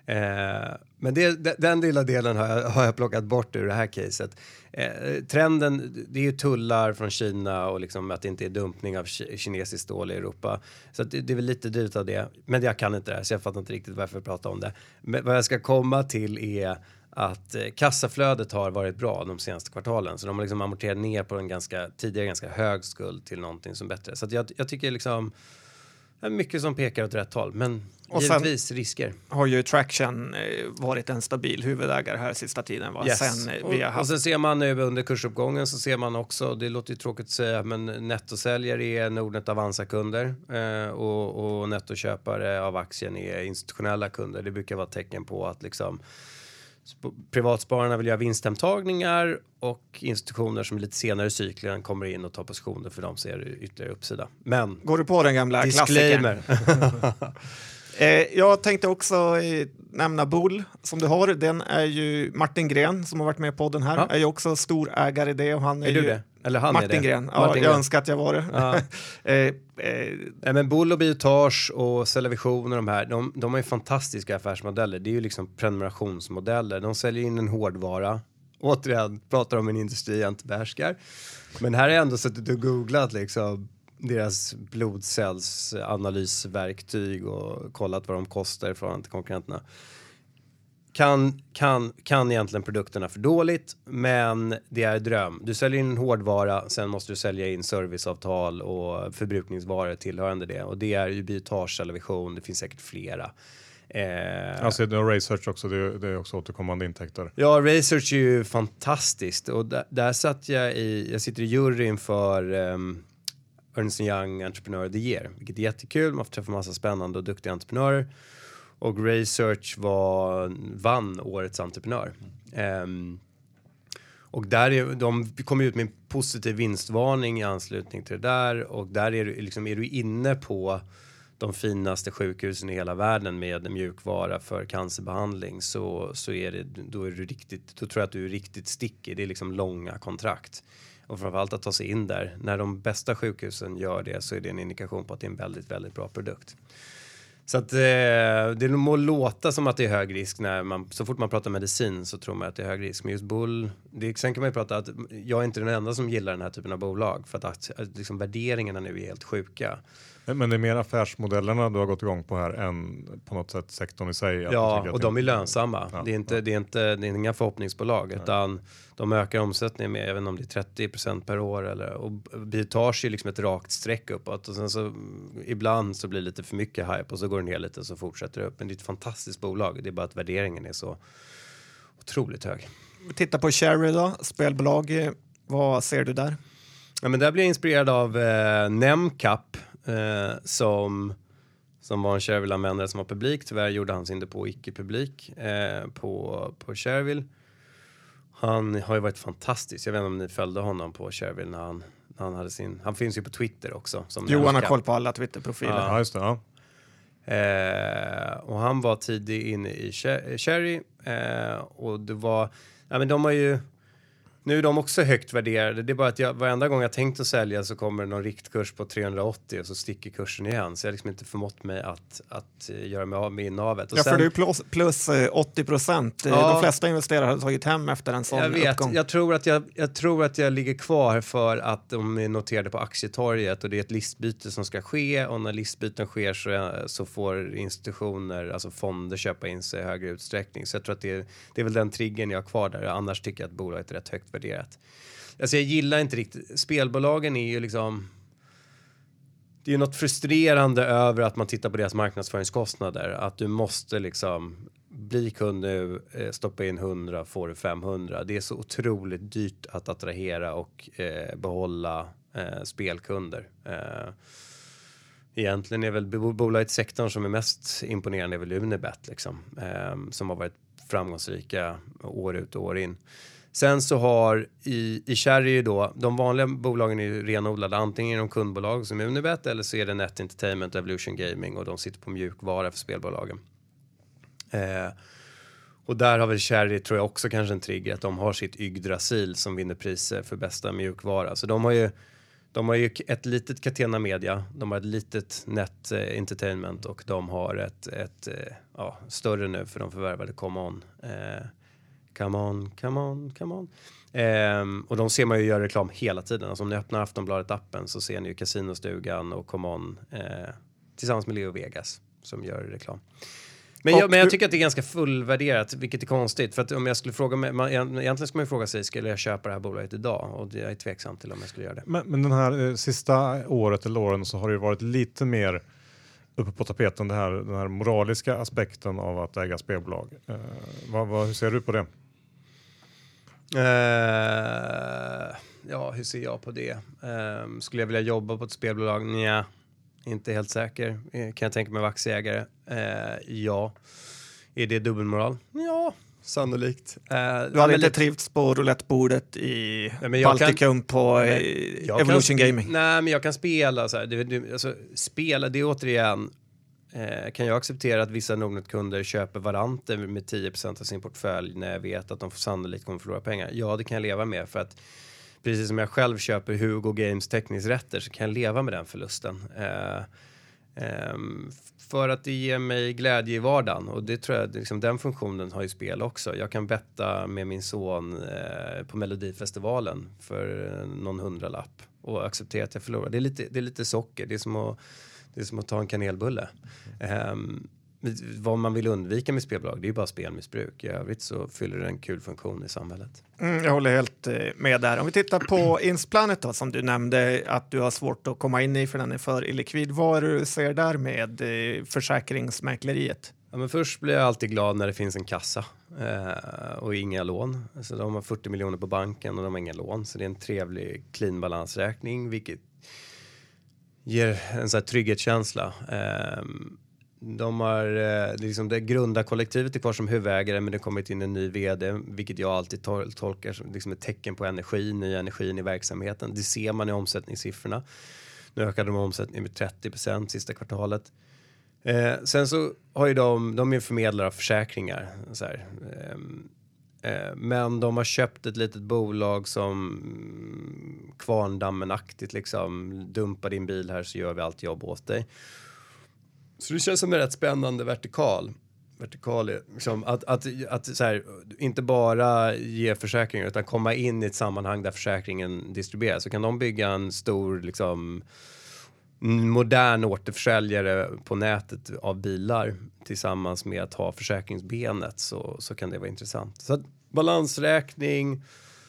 Men den lilla delen har jag plockat bort ur det här caset. Trenden, det är ju tullar från Kina och liksom att det inte är dumpning av kinesiskt stål i Europa. Så att det är väl lite dyrt av det. Men jag kan inte det här, så jag fattar inte riktigt varför jag pratar om det. Men vad jag ska komma till är att kassaflödet har varit bra de senaste kvartalen. Så de har liksom amorterat ner på en tidigare ganska hög skuld till någonting som bättre. Så att jag tycker liksom mycket som pekar åt rätt håll. Men och givetvis risker. Har ju Traction varit en stabil huvudägare här sista tiden. Yes. Sen vi har haft... Och sen ser man nu under kursuppgången, så ser man också, det låter ju tråkigt att säga, men nettosäljare är Nordnet Avanza-kunder och nettoköpare av aktien är institutionella kunder. Det brukar vara tecken på att liksom privatspararna vill göra vinsthemtagningar, och institutioner som är lite senare i cykeln kommer in och tar positioner, för de ser ytterligare uppsida. Men går du på den gamla disclaimer. Klassikern? Jag tänkte också nämna Bull som du har. Den är ju Martin Gren som har varit med på podden här. Är ju också stor ägare i det. Och han är du ju det? Eller han Martin är det? Gren. Ja, jag önskar att jag var det. Ja. Men Bull och Biotage och Cellavision och de här, de har ju fantastiska affärsmodeller. Det är ju liksom prenumerationsmodeller. De säljer in en hårdvara. Återigen, pratar om en industri jag inte behärskar. Men här är ändå suttit och googlat liksom deras blodcellsanalysverktyg och kollat vad de kostar från konkurrenterna. Kan egentligen produkterna för dåligt, men det är dröm. Du säljer in en hårdvara, sen måste du sälja in serviceavtal och förbrukningsvaror tillhörande det. Och det är ju Biotage, Cellavision, det finns säkert flera. Alltså det är Research också, det är också återkommande intäkter. Ja, Research är ju fantastiskt. Och där satt jag sitter i juryn för Ernst & Young Entrepreneur of the Year, vilket är jättekul. Man får träffa massa spännande och duktiga entreprenörer. Och Research vann årets entreprenör. Och de kom ut med en positiv vinstvarning i anslutning till det där. Och där är du inne på de finaste sjukhusen i hela världen med mjukvara för cancerbehandling, så är det, då tror jag att du är riktigt stickig. Det är liksom långa kontrakt. Och framförallt att ta sig in där. När de bästa sjukhusen gör det, så är det en indikation på att det är en väldigt, väldigt bra produkt. Så att det må låta som att det är hög risk så fort man pratar medicin, så tror man att det är hög risk. Men just Bull, sen kan man ju prata att jag är inte den enda som gillar den här typen av bolag, för att liksom värderingarna nu är helt sjuka. Men det är mer affärsmodellerna du har gått igång på här än på något sätt sektorn i sig. Ja, och de är lönsamma. Ja, det är inga förhoppningsbolag, utan de ökar omsättningen med, även om det är 30% per år. Och Biotage är liksom ett rakt streck uppåt. Och sen så ibland så blir det lite för mycket hype och så går den ner lite och så fortsätter det upp. Men det är ett fantastiskt bolag. Det är bara att värderingen är så otroligt hög. Titta på Cherry då, spelbolag. Vad ser du där? Ja, men där blir jag inspirerad av Nemcap. Som var en Cherville-användare som var publik. Tyvärr gjorde han sin depå icke-publik på Cherville. Han har ju varit fantastisk. Jag vet inte om ni följde honom på Shareville när han hade sin... Han finns ju på Twitter också. Johan har koll på alla Twitter-profiler. Ja, just det. Ja. Och han var tidig inne i Cherry. Och det var... Ja, men de har ju... Nu är de också högt värderade. Det är bara att varenda gång jag tänkt att sälja så kommer det någon riktkurs på 380 och så sticker kursen igen. Så jag har liksom inte förmått mig att göra mig av med innehavet. Och ja, för det är plus 80%. Ja, de flesta investerare har tagit hem efter en sån uppgång. Jag tror att jag ligger kvar för att de är noterade på aktietorget och det är ett listbyte som ska ske. Och när listbyten sker så får institutioner, alltså fonder, köpa in sig i högre utsträckning. Så jag tror att det är väl den triggern jag har kvar där. Annars tycker jag att bolaget är rätt högt värderat. Alltså jag gillar inte riktigt... Spelbolagen är ju liksom... Det är ju något frustrerande över att man tittar på deras marknadsföringskostnader. Att du måste liksom bli kund nu, stoppa in 100, får du 500. Det är så otroligt dyrt att attrahera och behålla spelkunder. Egentligen är väl bolaget i sektorn som är mest imponerande är väl Unibet liksom. Som har varit framgångsrika år ut och år in. Sen så har i Cherry då, de vanliga bolagen är ju renodlade antingen inom kundbolag som Unibet eller så är det Net Entertainment, Evolution Gaming och de sitter på mjukvara för spelbolagen. Och där har väl Cherry, tror jag också kanske en trigger, att de har sitt Yggdrasil som vinner priser för bästa mjukvara. Så de har ju ett litet Catena Media, de har ett litet Net Entertainment och de har ett större nu för de förvärvade Come On. Come on. Och de ser man ju göra reklam hela tiden. Alltså om ni öppnar Aftonbladet-appen så ser ni ju Casinostugan och Come On tillsammans med Leo Vegas som gör reklam. Men jag tycker att det är ganska fullvärderat, vilket är konstigt. För att om jag skulle fråga mig, egentligen ska man ju fråga sig, skulle jag köpa det här bolaget idag? Och jag är tveksam till om jag skulle göra det. Men den här sista året eller åren så har det ju varit lite mer uppe på tapeten den här moraliska aspekten av att äga spelbolag. Hur ser du på det? Hur ser jag på det? Skulle jag vilja jobba på ett spelbolag? Nja, inte helt säker. Kan jag tänka mig vara aktieägare? Ja. Är det dubbelmoral? Ja, sannolikt. Du hade inte trivts på roulettebordet i Baltikum på Evolution Gaming? Nej, men jag kan spela. Så här. Spela, det är återigen... kan jag acceptera att vissa Nordnet-kunder köper varanter med 10% av sin portfölj när jag vet att de sannolikt kommer förlora pengar? Ja, det kan jag leva med, för att precis som jag själv köper Hugo Games teckningsrätter så kan jag leva med den förlusten. För att det ger mig glädje i vardagen, och det tror jag liksom, den funktionen har ju spel också. Jag kan betta med min son på Melodifestivalen för någon 100-lapp och acceptera att jag förlorar. Det är lite socker, det är som att ta en kanelbulle. Vad man vill undvika med spelbolag, det är ju bara spelmissbruk. I övrigt så fyller det en kul funktion i samhället. Jag håller helt med där. Om vi tittar på Insplanet då, som du nämnde att du har svårt att komma in i för den är för illikvid. Vad du ser där med försäkringsmäkleriet? Ja, men först blir jag alltid glad när det finns en kassa och inga lån. Alltså, de har 40 miljoner på banken och de har inga lån. Så det är en trevlig clean balansräkning, vilket ger en sån här trygghetskänsla. De har liksom det grunda kollektivet är kvar som huvudägare, men det kommit in en ny vd, vilket jag alltid tolkar som liksom ett tecken på ny energin i verksamheten. Det ser man i omsättningssiffrorna. Nu ökade de omsättningen med 30% sista kvartalet. Sen så har ju de är förmedlare av försäkringar. Så här. Men de har köpt ett litet bolag som Kvarndammen-aktigt liksom, dumpa din bil här så gör vi allt jobb åt dig. Så det känns som en rätt spännande vertikal är liksom att så här, inte bara ge försäkringar utan komma in i ett sammanhang där försäkringen distribueras. Så kan de bygga en stor liksom modern återförsäljare på nätet av bilar tillsammans med att ha försäkringsbenet, så kan det vara intressant. Så balansräkning,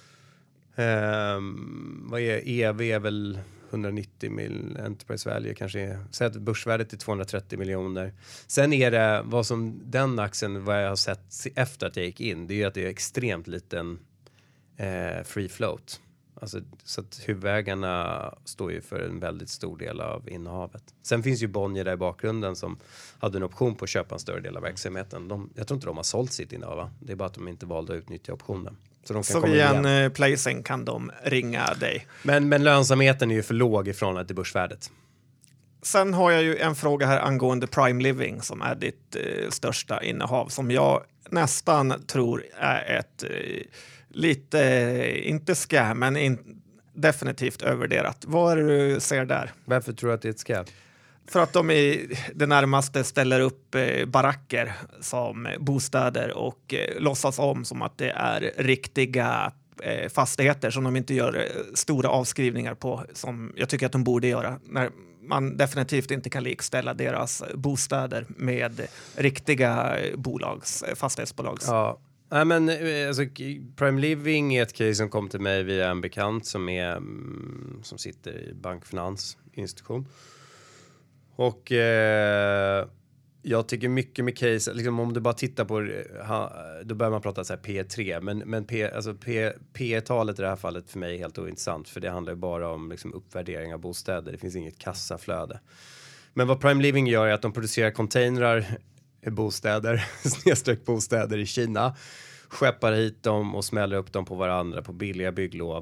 vad är EV är väl 190 mil, Enterprise Value kanske, så att börsvärdet är 230 miljoner. Sen är det vad som den aktien, vad jag har sett efter att jag gick in, det är att det är extremt liten free float. Alltså, så att huvudägarna står ju för en väldigt stor del av innehavet. Sen finns ju Bonnier där i bakgrunden som hade en option på att köpa en större del av verksamheten. Jag tror inte de har sålt sitt innehav, va? Det är bara att de inte valde att utnyttja optionen. Så vid en placing kan de ringa dig. Men lönsamheten är ju för låg ifrån till börsvärdet. Sen har jag ju en fråga här angående Prime Living som är ditt största innehav som jag nästan tror är ett lite, inte scam, men definitivt övervärderat. Vad är det du ser där? Varför tror du att det är ett scam? För att de i det närmaste ställer upp baracker som bostäder och låtsas om som att det är riktiga fastigheter som de inte gör stora avskrivningar på, som jag tycker att de borde göra. När man definitivt inte kan likställa deras bostäder med riktiga fastighetsbolags. Ja. Nej, men alltså, Prime Living är ett case som kom till mig via en bekant som sitter i bankfinansinstitution. Och jag tycker mycket med case, liksom om du bara tittar på, då börjar man prata så här P3, men P-talet i det här fallet för mig är helt ointressant, för det handlar ju bara om liksom uppvärdering av bostäder. Det finns inget kassaflöde. Men vad Prime Living gör är att de producerar containrar bostäder i Kina, skeppar hit dem och smäller upp dem på varandra på billiga bygglov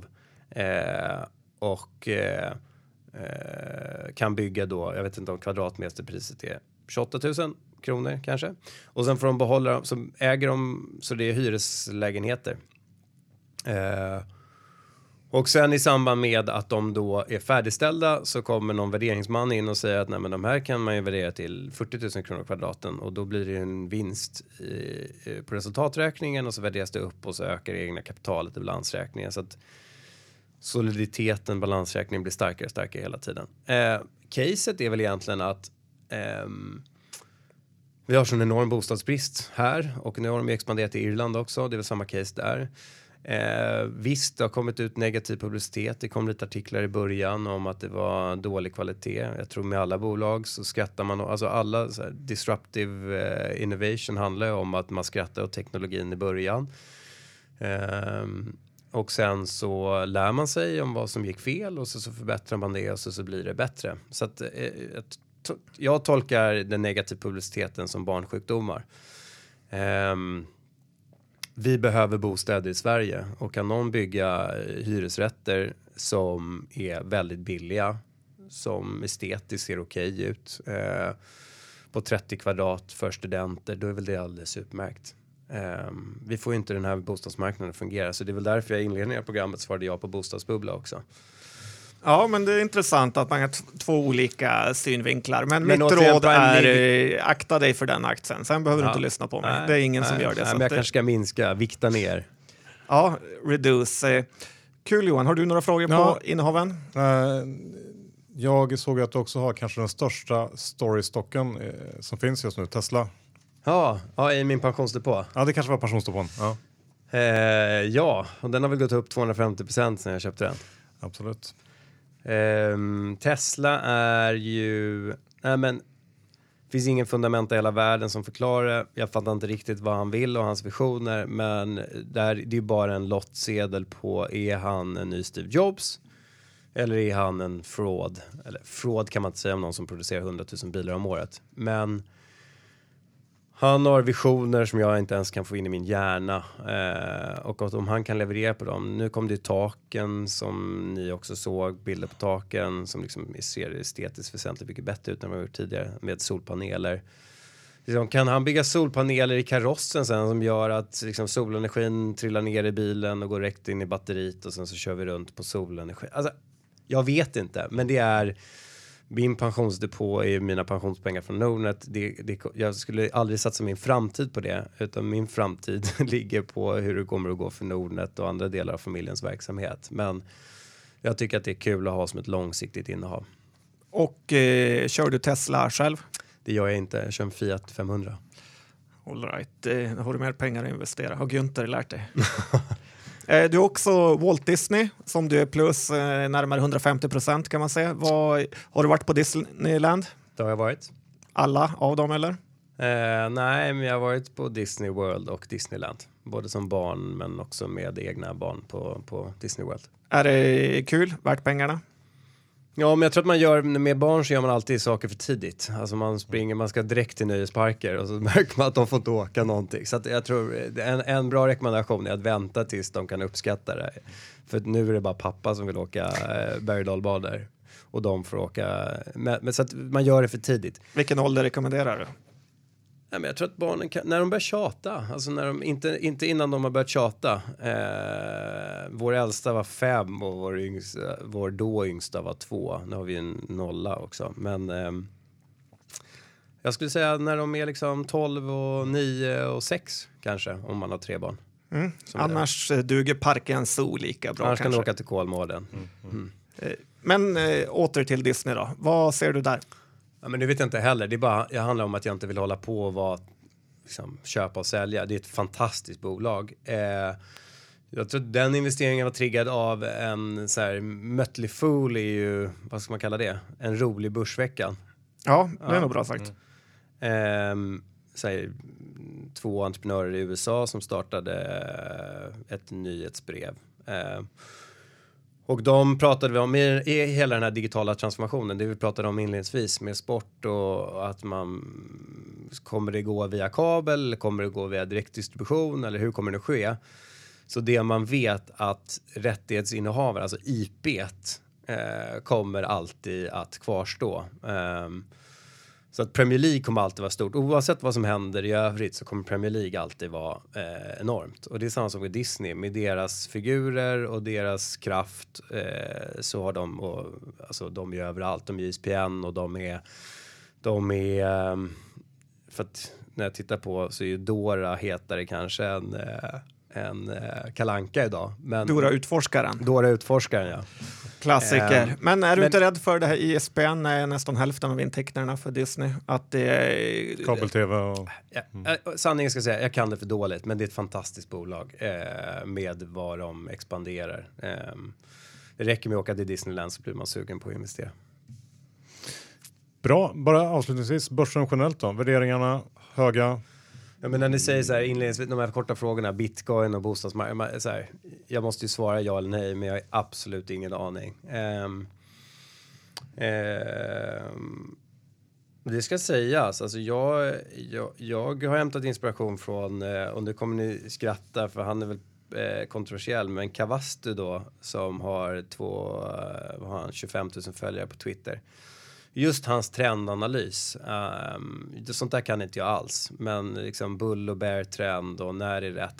och kan bygga då, jag vet inte om kvadratmeterpriset är 28 000 kronor kanske, och sen får de behålla dem, så äger de, så det är hyreslägenheter och sen i samband med att de då är färdigställda så kommer någon värderingsman in och säger att nej, men de här kan man ju värdera till 40 000 kronor kvadraten, och då blir det en vinst på resultaträkningen, och så värderas det upp och så ökar det egna kapitalet i balansräkningen, så att soliditeten, balansräkningen blir starkare och starkare hela tiden. Caset är väl egentligen att vi har sån enorm bostadsbrist här, och nu har de expanderat i Irland också, det är väl samma case där. Visst, det har kommit ut negativ publicitet. Det kom lite artiklar i början om att det var dålig kvalitet. Jag tror med alla bolag så skrattar man. Alltså alla så här, disruptive innovation handlar om att man skrattar åt teknologin i början. Och sen så lär man sig om vad som gick fel, och så förbättrar man det, och så blir det bättre. Så att jag tolkar den negativa publiciteten som barnsjukdomar. Vi behöver bostäder i Sverige, och kan någon bygga hyresrätter som är väldigt billiga, som estetiskt ser okej ut, på 30 kvadrat för studenter, då är väl det alldeles utmärkt. Vi får inte den här bostadsmarknaden att fungera, så det är väl därför jag inledningen av programmet svarade jag på bostadsbubbla också. Ja, men det är intressant att man har två olika synvinklar. Men mitt råd är akta dig för den aktien. Sen behöver du inte lyssna på mig. Det är ingen som gör det. Men jag kanske ska vikta ner. Ja, reduce. Kul Johan, har du några frågor på innehaven? Jag såg att du också har kanske den största storystocken som finns just nu, Tesla. Ja, i min pensionsdepå. Ja, det kanske var pensionsdepån. Ja. Ja, och den har väl gått upp 250% sen jag köpte den. Absolut. Tesla är ju... det finns ingen fundament i hela världen som förklarar det. Jag fattar inte riktigt vad han vill och hans visioner, men det är ju bara en lottsedel på, är han en ny Steve Jobs eller är han en fraud? Eller fraud kan man inte säga om någon som producerar 100 000 bilar om året, men han har visioner som jag inte ens kan få in i min hjärna. Och att om han kan leverera på dem. Nu kom det taken som ni också såg. Bilder på taken som liksom ser estetiskt väsentligt mycket bättre ut än vad vi gjort tidigare. Med solpaneler. Liksom, kan han bygga solpaneler i karossen sen som gör att liksom, solenergin trillar ner i bilen och går direkt in i batteriet. Och sen så kör vi runt på solenergi. Alltså, jag vet inte. Men det är... Min pensionsdepå är mina pensionspengar från Nordnet. Jag skulle aldrig satsa min framtid på det. Utan min framtid ligger på hur det kommer att gå för Nordnet och andra delar av familjens verksamhet. Men jag tycker att det är kul att ha som ett långsiktigt innehav. Och kör du Tesla själv? Det gör jag inte. Jag kör en Fiat 500. All right. Har du mer pengar att investera? Har Günther lärt dig? Du är också Walt Disney som du är plus närmare 150% kan man säga. Har du varit på Disneyland? Det har jag varit. Alla av dem eller? Nej, men jag har varit på Disney World och Disneyland. Både som barn men också med egna barn på Disney World. Är det kul? Värt pengarna? Ja, men jag tror att med barn så gör man alltid saker för tidigt. Alltså man ska direkt till nöjesparker och så märker man att de får inte åka någonting. Så att jag tror en bra rekommendation är att vänta tills de kan uppskatta det. För nu är det bara pappa som vill åka berg- och dalbanor. Och de får åka, men så att man gör det för tidigt. Vilken ålder rekommenderar du? Nej, men jag tror att barnen när de börjar tjata, alltså när de, inte innan de har börjat tjata. Vår äldsta var 5 och vår då yngsta var 2. Nu har vi en 0 också. Men jag skulle säga när de är liksom 12 och 9 och 6 kanske, om man har 3 barn. Annars duger Parken Zoo lika bra. Annars kanske. kan du åka till Kolmården. Men åter till Disney då. Vad ser du där? Ja, men det vet jag inte heller. Jag handlar om att jag inte vill hålla på och köpa och sälja. Det är ett fantastiskt bolag. Jag tror att den investeringen var triggad av en så här, Mötley Fool är ju, vad ska man kalla det? En rolig börsveckan. Ja, det är nog bra sagt. Så här, 2 entreprenörer i USA som startade ett nyhetsbrev. Och de pratade vi om i hela den här digitala transformationen. Det vi pratade om inledningsvis med sport och att kommer det gå via kabel, kommer det gå via direktdistribution eller hur kommer det ske? Så det man vet att rättighetsinnehavare, alltså IP:t, kommer alltid att kvarstå. Så att Premier League kommer alltid vara stort. Oavsett vad som händer i övrigt så kommer Premier League alltid vara enormt. Och det är samma som med Disney. Med deras figurer och deras kraft så har de, alltså de är överallt. De är ISPN och de är för att när jag tittar på så är ju Dora hetare kanske än Kalle Anka idag. Men Dora Utforskaren. Dora Utforskaren, ja. Klassiker. Men är du inte rädd för det här ISPN är nästan hälften av intäkterna för Disney? Att det är... Kabel-tv och... Sanningen ska säga, jag kan det för dåligt, men det är ett fantastiskt bolag med vad de expanderar. Det räcker med att åka till Disneyland så blir man sugen på att investera. Bra, bara avslutningsvis, börsen generellt då? Värderingarna höga? Ja, men när ni säger så här inledningsvis, de här korta frågorna, bitcoin och bostadsmarknad, så här, jag måste ju svara ja eller nej, men jag har absolut ingen aning. Det ska sägas, alltså jag har hämtat inspiration från, och nu kommer ni skratta för han är väl kontroversiell, men Kavastu då, som har 25 000 följare på Twitter. Just hans trendanalys, sånt där kan inte jag alls. Men liksom bull och bear trend och när det är rätt.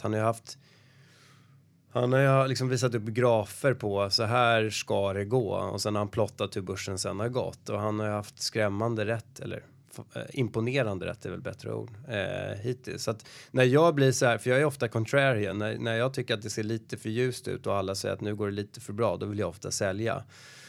Han har liksom visat upp grafer på så här ska det gå. Och sen har han plottat hur börsen sen har gått. Och han har haft skrämmande rätt, eller imponerande rätt är väl bättre ord, hittills. Så att när jag blir så här, för jag är ofta contrarian. När jag tycker att det ser lite för ljust ut och alla säger att nu går det lite för bra, då vill jag ofta sälja.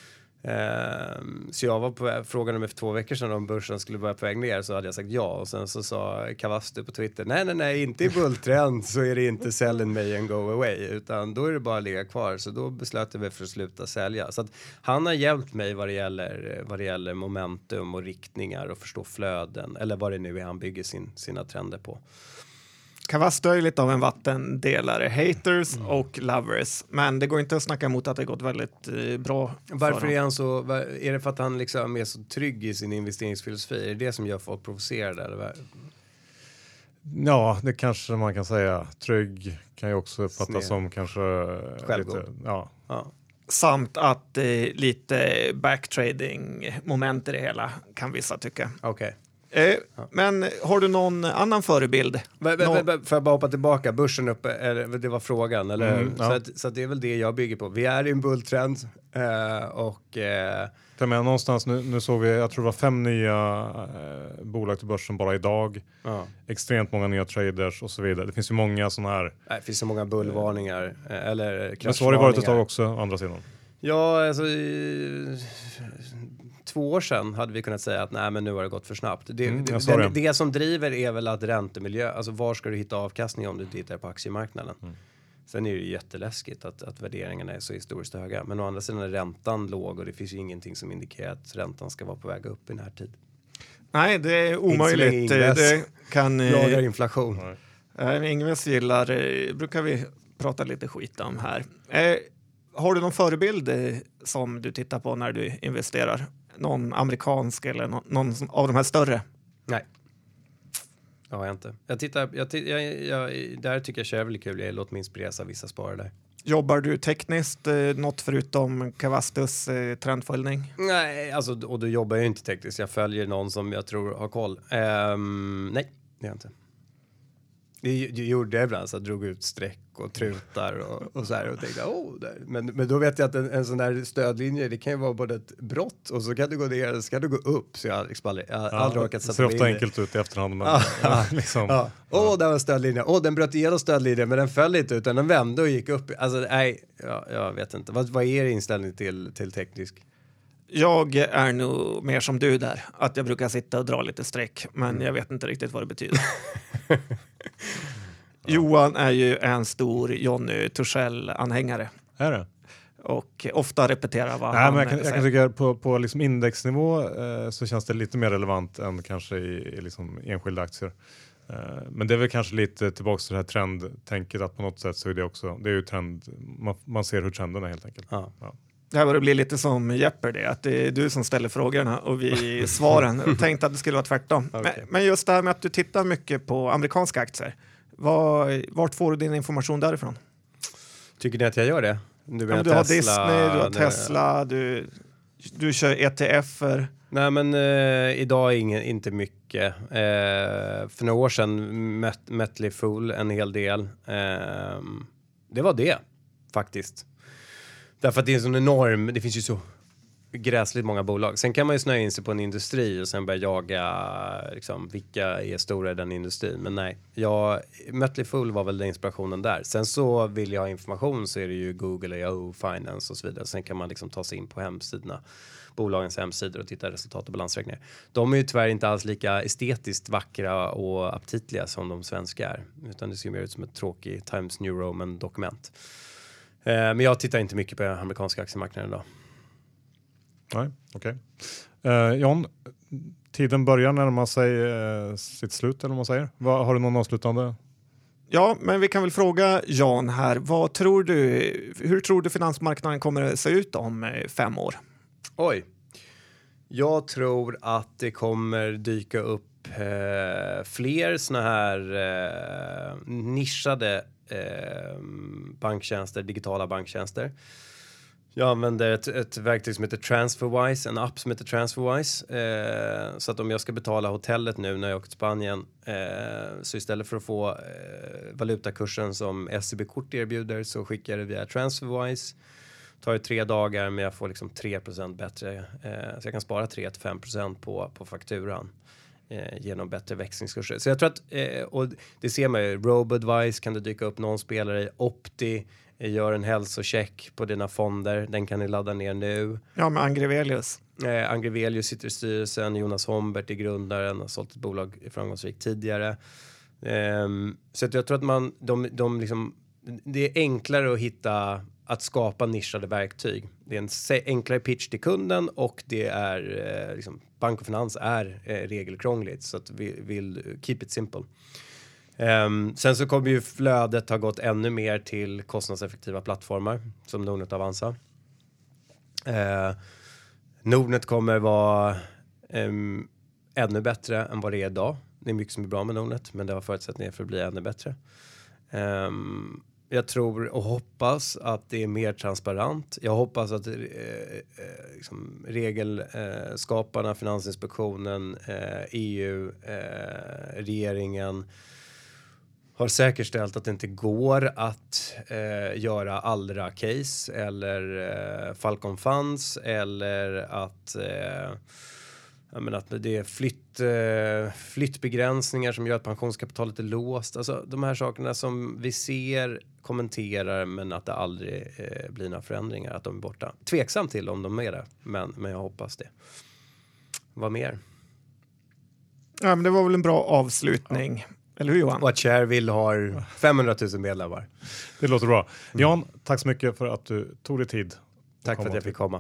Så jag var frågade mig för 2 veckor sedan om börsen skulle börja på väg ner, så hade jag sagt ja, och sen så sa Kavastu på Twitter nej, inte i bulltrend så är det inte sell in May and go away, utan då är det bara att ligga kvar. Så då beslöt jag mig för att sluta sälja. Så att han har hjälpt mig vad det gäller momentum och riktningar och förstå flöden, eller vad det nu är han bygger sina trender på. Kavastu är lite av en vattendelare. Haters och lovers. Men det går inte att snacka emot att det gått väldigt bra. Varför är han så... Är det för att han liksom är så trygg i sin investeringsfilosofi? Är det det som gör folk provocerade? Eller? Ja, det kanske man kan säga. Trygg kan ju också uppfattas som kanske... Självgod. Lite, ja. Samt att lite backtrading-moment i det hela kan vissa tycka. Okej. Men har du någon annan förebild? Får jag bara hoppa tillbaka? Börsen uppe, eller, det var frågan, eller? Ja. Så att det är väl det jag bygger på. Vi är i en bulltrend och... Men någonstans, nu såg vi, jag tror det var 5 nya bolag till börsen bara idag. Extremt många nya traders och så vidare. Det finns ju många sådana här... Det finns så många bullvarningar, eller kraschvarningar. Men så har det varit ett tag också, å andra sidan. Ja, alltså... 2 år sedan hade vi kunnat säga att nej, men nu har det gått för snabbt. Det som driver är väl att räntemiljö, alltså var ska du hitta avkastning om du tittar på aktiemarknaden? Sen är det ju jätteläskigt att värderingarna är så historiskt höga. Men å andra sidan är räntan låg och det finns ju ingenting som indikerar att räntan ska vara på väg upp i den här tiden. Nej, det är omöjligt. Det kan... Lagar inflation. Ingves gillar, brukar vi prata lite skit om här. Har du någon förebild som du tittar på när du investerar? Någon amerikansk eller någon av de här större? Nej. Ja, jag inte. Där tycker jag är väldigt kul. Jag låter mig inspireras av vissa sparare där. Jobbar du tekniskt något förutom Cavastus trendföljning? Nej, alltså, och då jobbar jag inte tekniskt. Jag följer någon som jag tror har koll. Nej, det är jag inte. Det gjorde jag ibland, så jag drog ut streck och trutar och så här och tänkte, men då vet jag att en sån där stödlinje, det kan ju vara både ett brott och så kan du gå ner och så kan du gå upp, så jag liksom aldrig orkat sätta mig in. Det ser ofta enkelt ut i efterhand. Men, liksom, där var stödlinjen. Den bröt igenom stödlinjen, men den föll inte utan den vände och gick upp. Alltså, nej, jag vet inte. Vad är er inställning till teknisk? Jag är nog mer som du där, att jag brukar sitta och dra lite streck, men jag vet inte riktigt vad det betyder. Johan är ju en stor Johnny Torssell-anhängare. Är det? Och ofta repeterar vad han säger. Jag kan tycka på liksom indexnivå så känns det lite mer relevant än kanske i liksom enskilda aktier. Men det är väl kanske lite tillbaka till det här trendtänket, att på något sätt så är det också, det är ju trend, man ser hur trenden är helt enkelt. Ja. Det här börjar bli lite som Jeopardy, att det är du som ställer frågorna och vi svaren. Jag tänkte att det skulle vara tvärtom. Okay. Men just det här med att du tittar mycket på amerikanska aktier. Vart får du din information därifrån? Tycker ni att jag gör det? Du har Disney, du har Tesla, du kör ETFer. Nej, men idag inte mycket. För några år sedan Mötley Fool en hel del. Det var det, faktiskt. Därför att det är en sån enorm, det finns ju så gräsligt många bolag. Sen kan man ju snöa in sig på en industri och sen börja jaga liksom, vilka är stora i den industrin. Men nej, Mötley Fool var väl den inspirationen där. Sen så vill jag ha information, så är det ju Google, Yahoo, Finance och så vidare. Sen kan man liksom ta sig in på hemsidorna, bolagens hemsidor och titta resultat och balansräkningar. De är ju tyvärr inte alls lika estetiskt vackra och aptitliga som de svenska är. Utan det ser mer ut som ett tråkigt Times New Roman-dokument. Men jag tittar inte mycket på amerikanska aktiemarknaden idag. Nej, okej. John, tiden börjar närma sig sitt slut, eller vad man säger. Har du någon avslutande? Ja, men vi kan väl fråga Jan här. Hur tror du finansmarknaden kommer att se ut om 5 år? Oj. Jag tror att det kommer dyka upp fler såna här nischade banktjänster, digitala banktjänster. Jag använder ett verktyg som heter TransferWise, en app som heter TransferWise. Så att om jag ska betala hotellet nu när jag åker till Spanien, så istället för att få valutakursen som SEB-kort erbjuder, så skickar jag det via TransferWise. Tar ju 3 dagar, men jag får liksom 3% bättre. Så jag kan spara 3-5% på fakturan genom bättre växlingskurser. Så jag tror att, och det ser man ju, RoboAdvice kan det dyka upp någon spelare i. Opti gör en hälsocheck på dina fonder. Den kan ni ladda ner nu. Ja, med Angrevelius. Angrevelius sitter i styrelsen. Jonas Hombert är grundaren. Har sålt ett bolag framgångsrikt tidigare. Så att jag tror att de liksom, det är enklare att hitta, att skapa nischade verktyg. Det är en enklare pitch till kunden, och det är liksom, bank och finans är regelkrångligt, så att vi vill keep it simple. Sen så kommer ju flödet ha gått ännu mer till kostnadseffektiva plattformar som Nordnet och Avanza. Nordnet kommer vara ännu bättre än vad det är idag. Det är mycket som är bra med Nordnet, men det har förutsättningar för att bli ännu bättre. Jag tror och hoppas att det är mer transparent. Jag hoppas att liksom regelskaparna, Finansinspektionen, EU, regeringen har säkerställt att det inte går att göra allra case eller Falcon Funds, eller att att det är flyttbegränsningar som gör att pensionskapitalet är låst. Alltså de här sakerna som vi ser, kommenterar, men att det aldrig blir några förändringar, att de är borta. Tveksam till om de är det, men jag hoppas det. Vad mer? Ja, men det var väl en bra avslutning. Ja. Eller hur, Johan? Och att Shareville har 500 000 medlemmar. Det låter bra. Jan, tack så mycket för att du tog dig tid. Tack för att jag fick komma.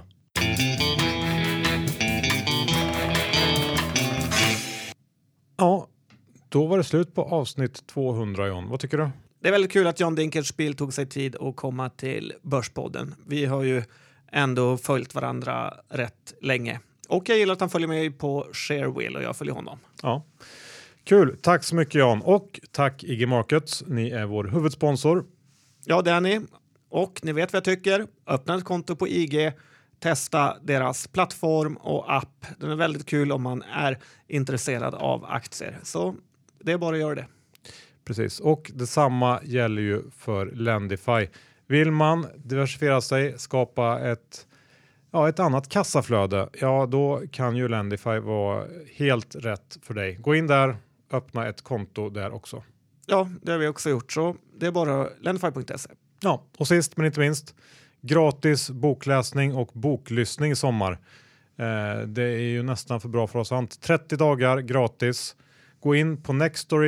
Ja, Då var det slut på avsnitt 200, John. Vad tycker du? Det är väldigt kul att John Dinkelspiel tog sig tid att komma till Börspodden. Vi har ju ändå följt varandra rätt länge. Och jag gillar att han följer med på Shareville och jag följer honom. Ja. Kul, tack så mycket Jan. Och tack IG Markets, ni är vår huvudsponsor. Ja, det är ni. Och ni vet vad jag tycker. Öppna ett konto på IG, testa deras plattform och app. Den är väldigt kul om man är intresserad av aktier. Så det är bara att göra det. Precis, och detsamma gäller ju för Lendify. Vill man diversifiera sig, skapa ett annat kassaflöde, ja då kan ju Lendify vara helt rätt för dig. Gå in där, öppna ett konto där också. Ja, det har vi också gjort, så det är bara lendify.se. Ja, och sist men inte minst, gratis bokläsning och boklyssning i sommar. Det är ju nästan för bra för oss. 30 dagar gratis. Gå in på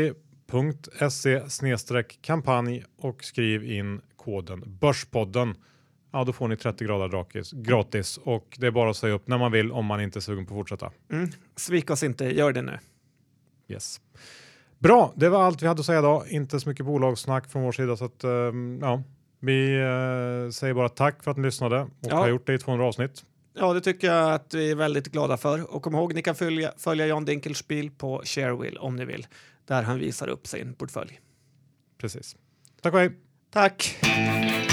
nextory.se/kampanj och skriv in koden Börspodden. Ja, då får ni 30 grader gratis och det är bara att säga upp när man vill om man inte är sugen på att fortsätta. Svik oss inte, gör det nu. Yes. Bra, det var allt vi hade att säga idag. Inte så mycket bolagssnack från vår sida så att vi säger bara tack för att ni lyssnade och har gjort det i 200 avsnitt. Ja, det tycker jag att vi är väldigt glada för. Och kom ihåg, ni kan följa John Dinkelspiel på Shareville om ni vill. Där han visar upp sin portfölj. Precis. Tack och hej! Tack!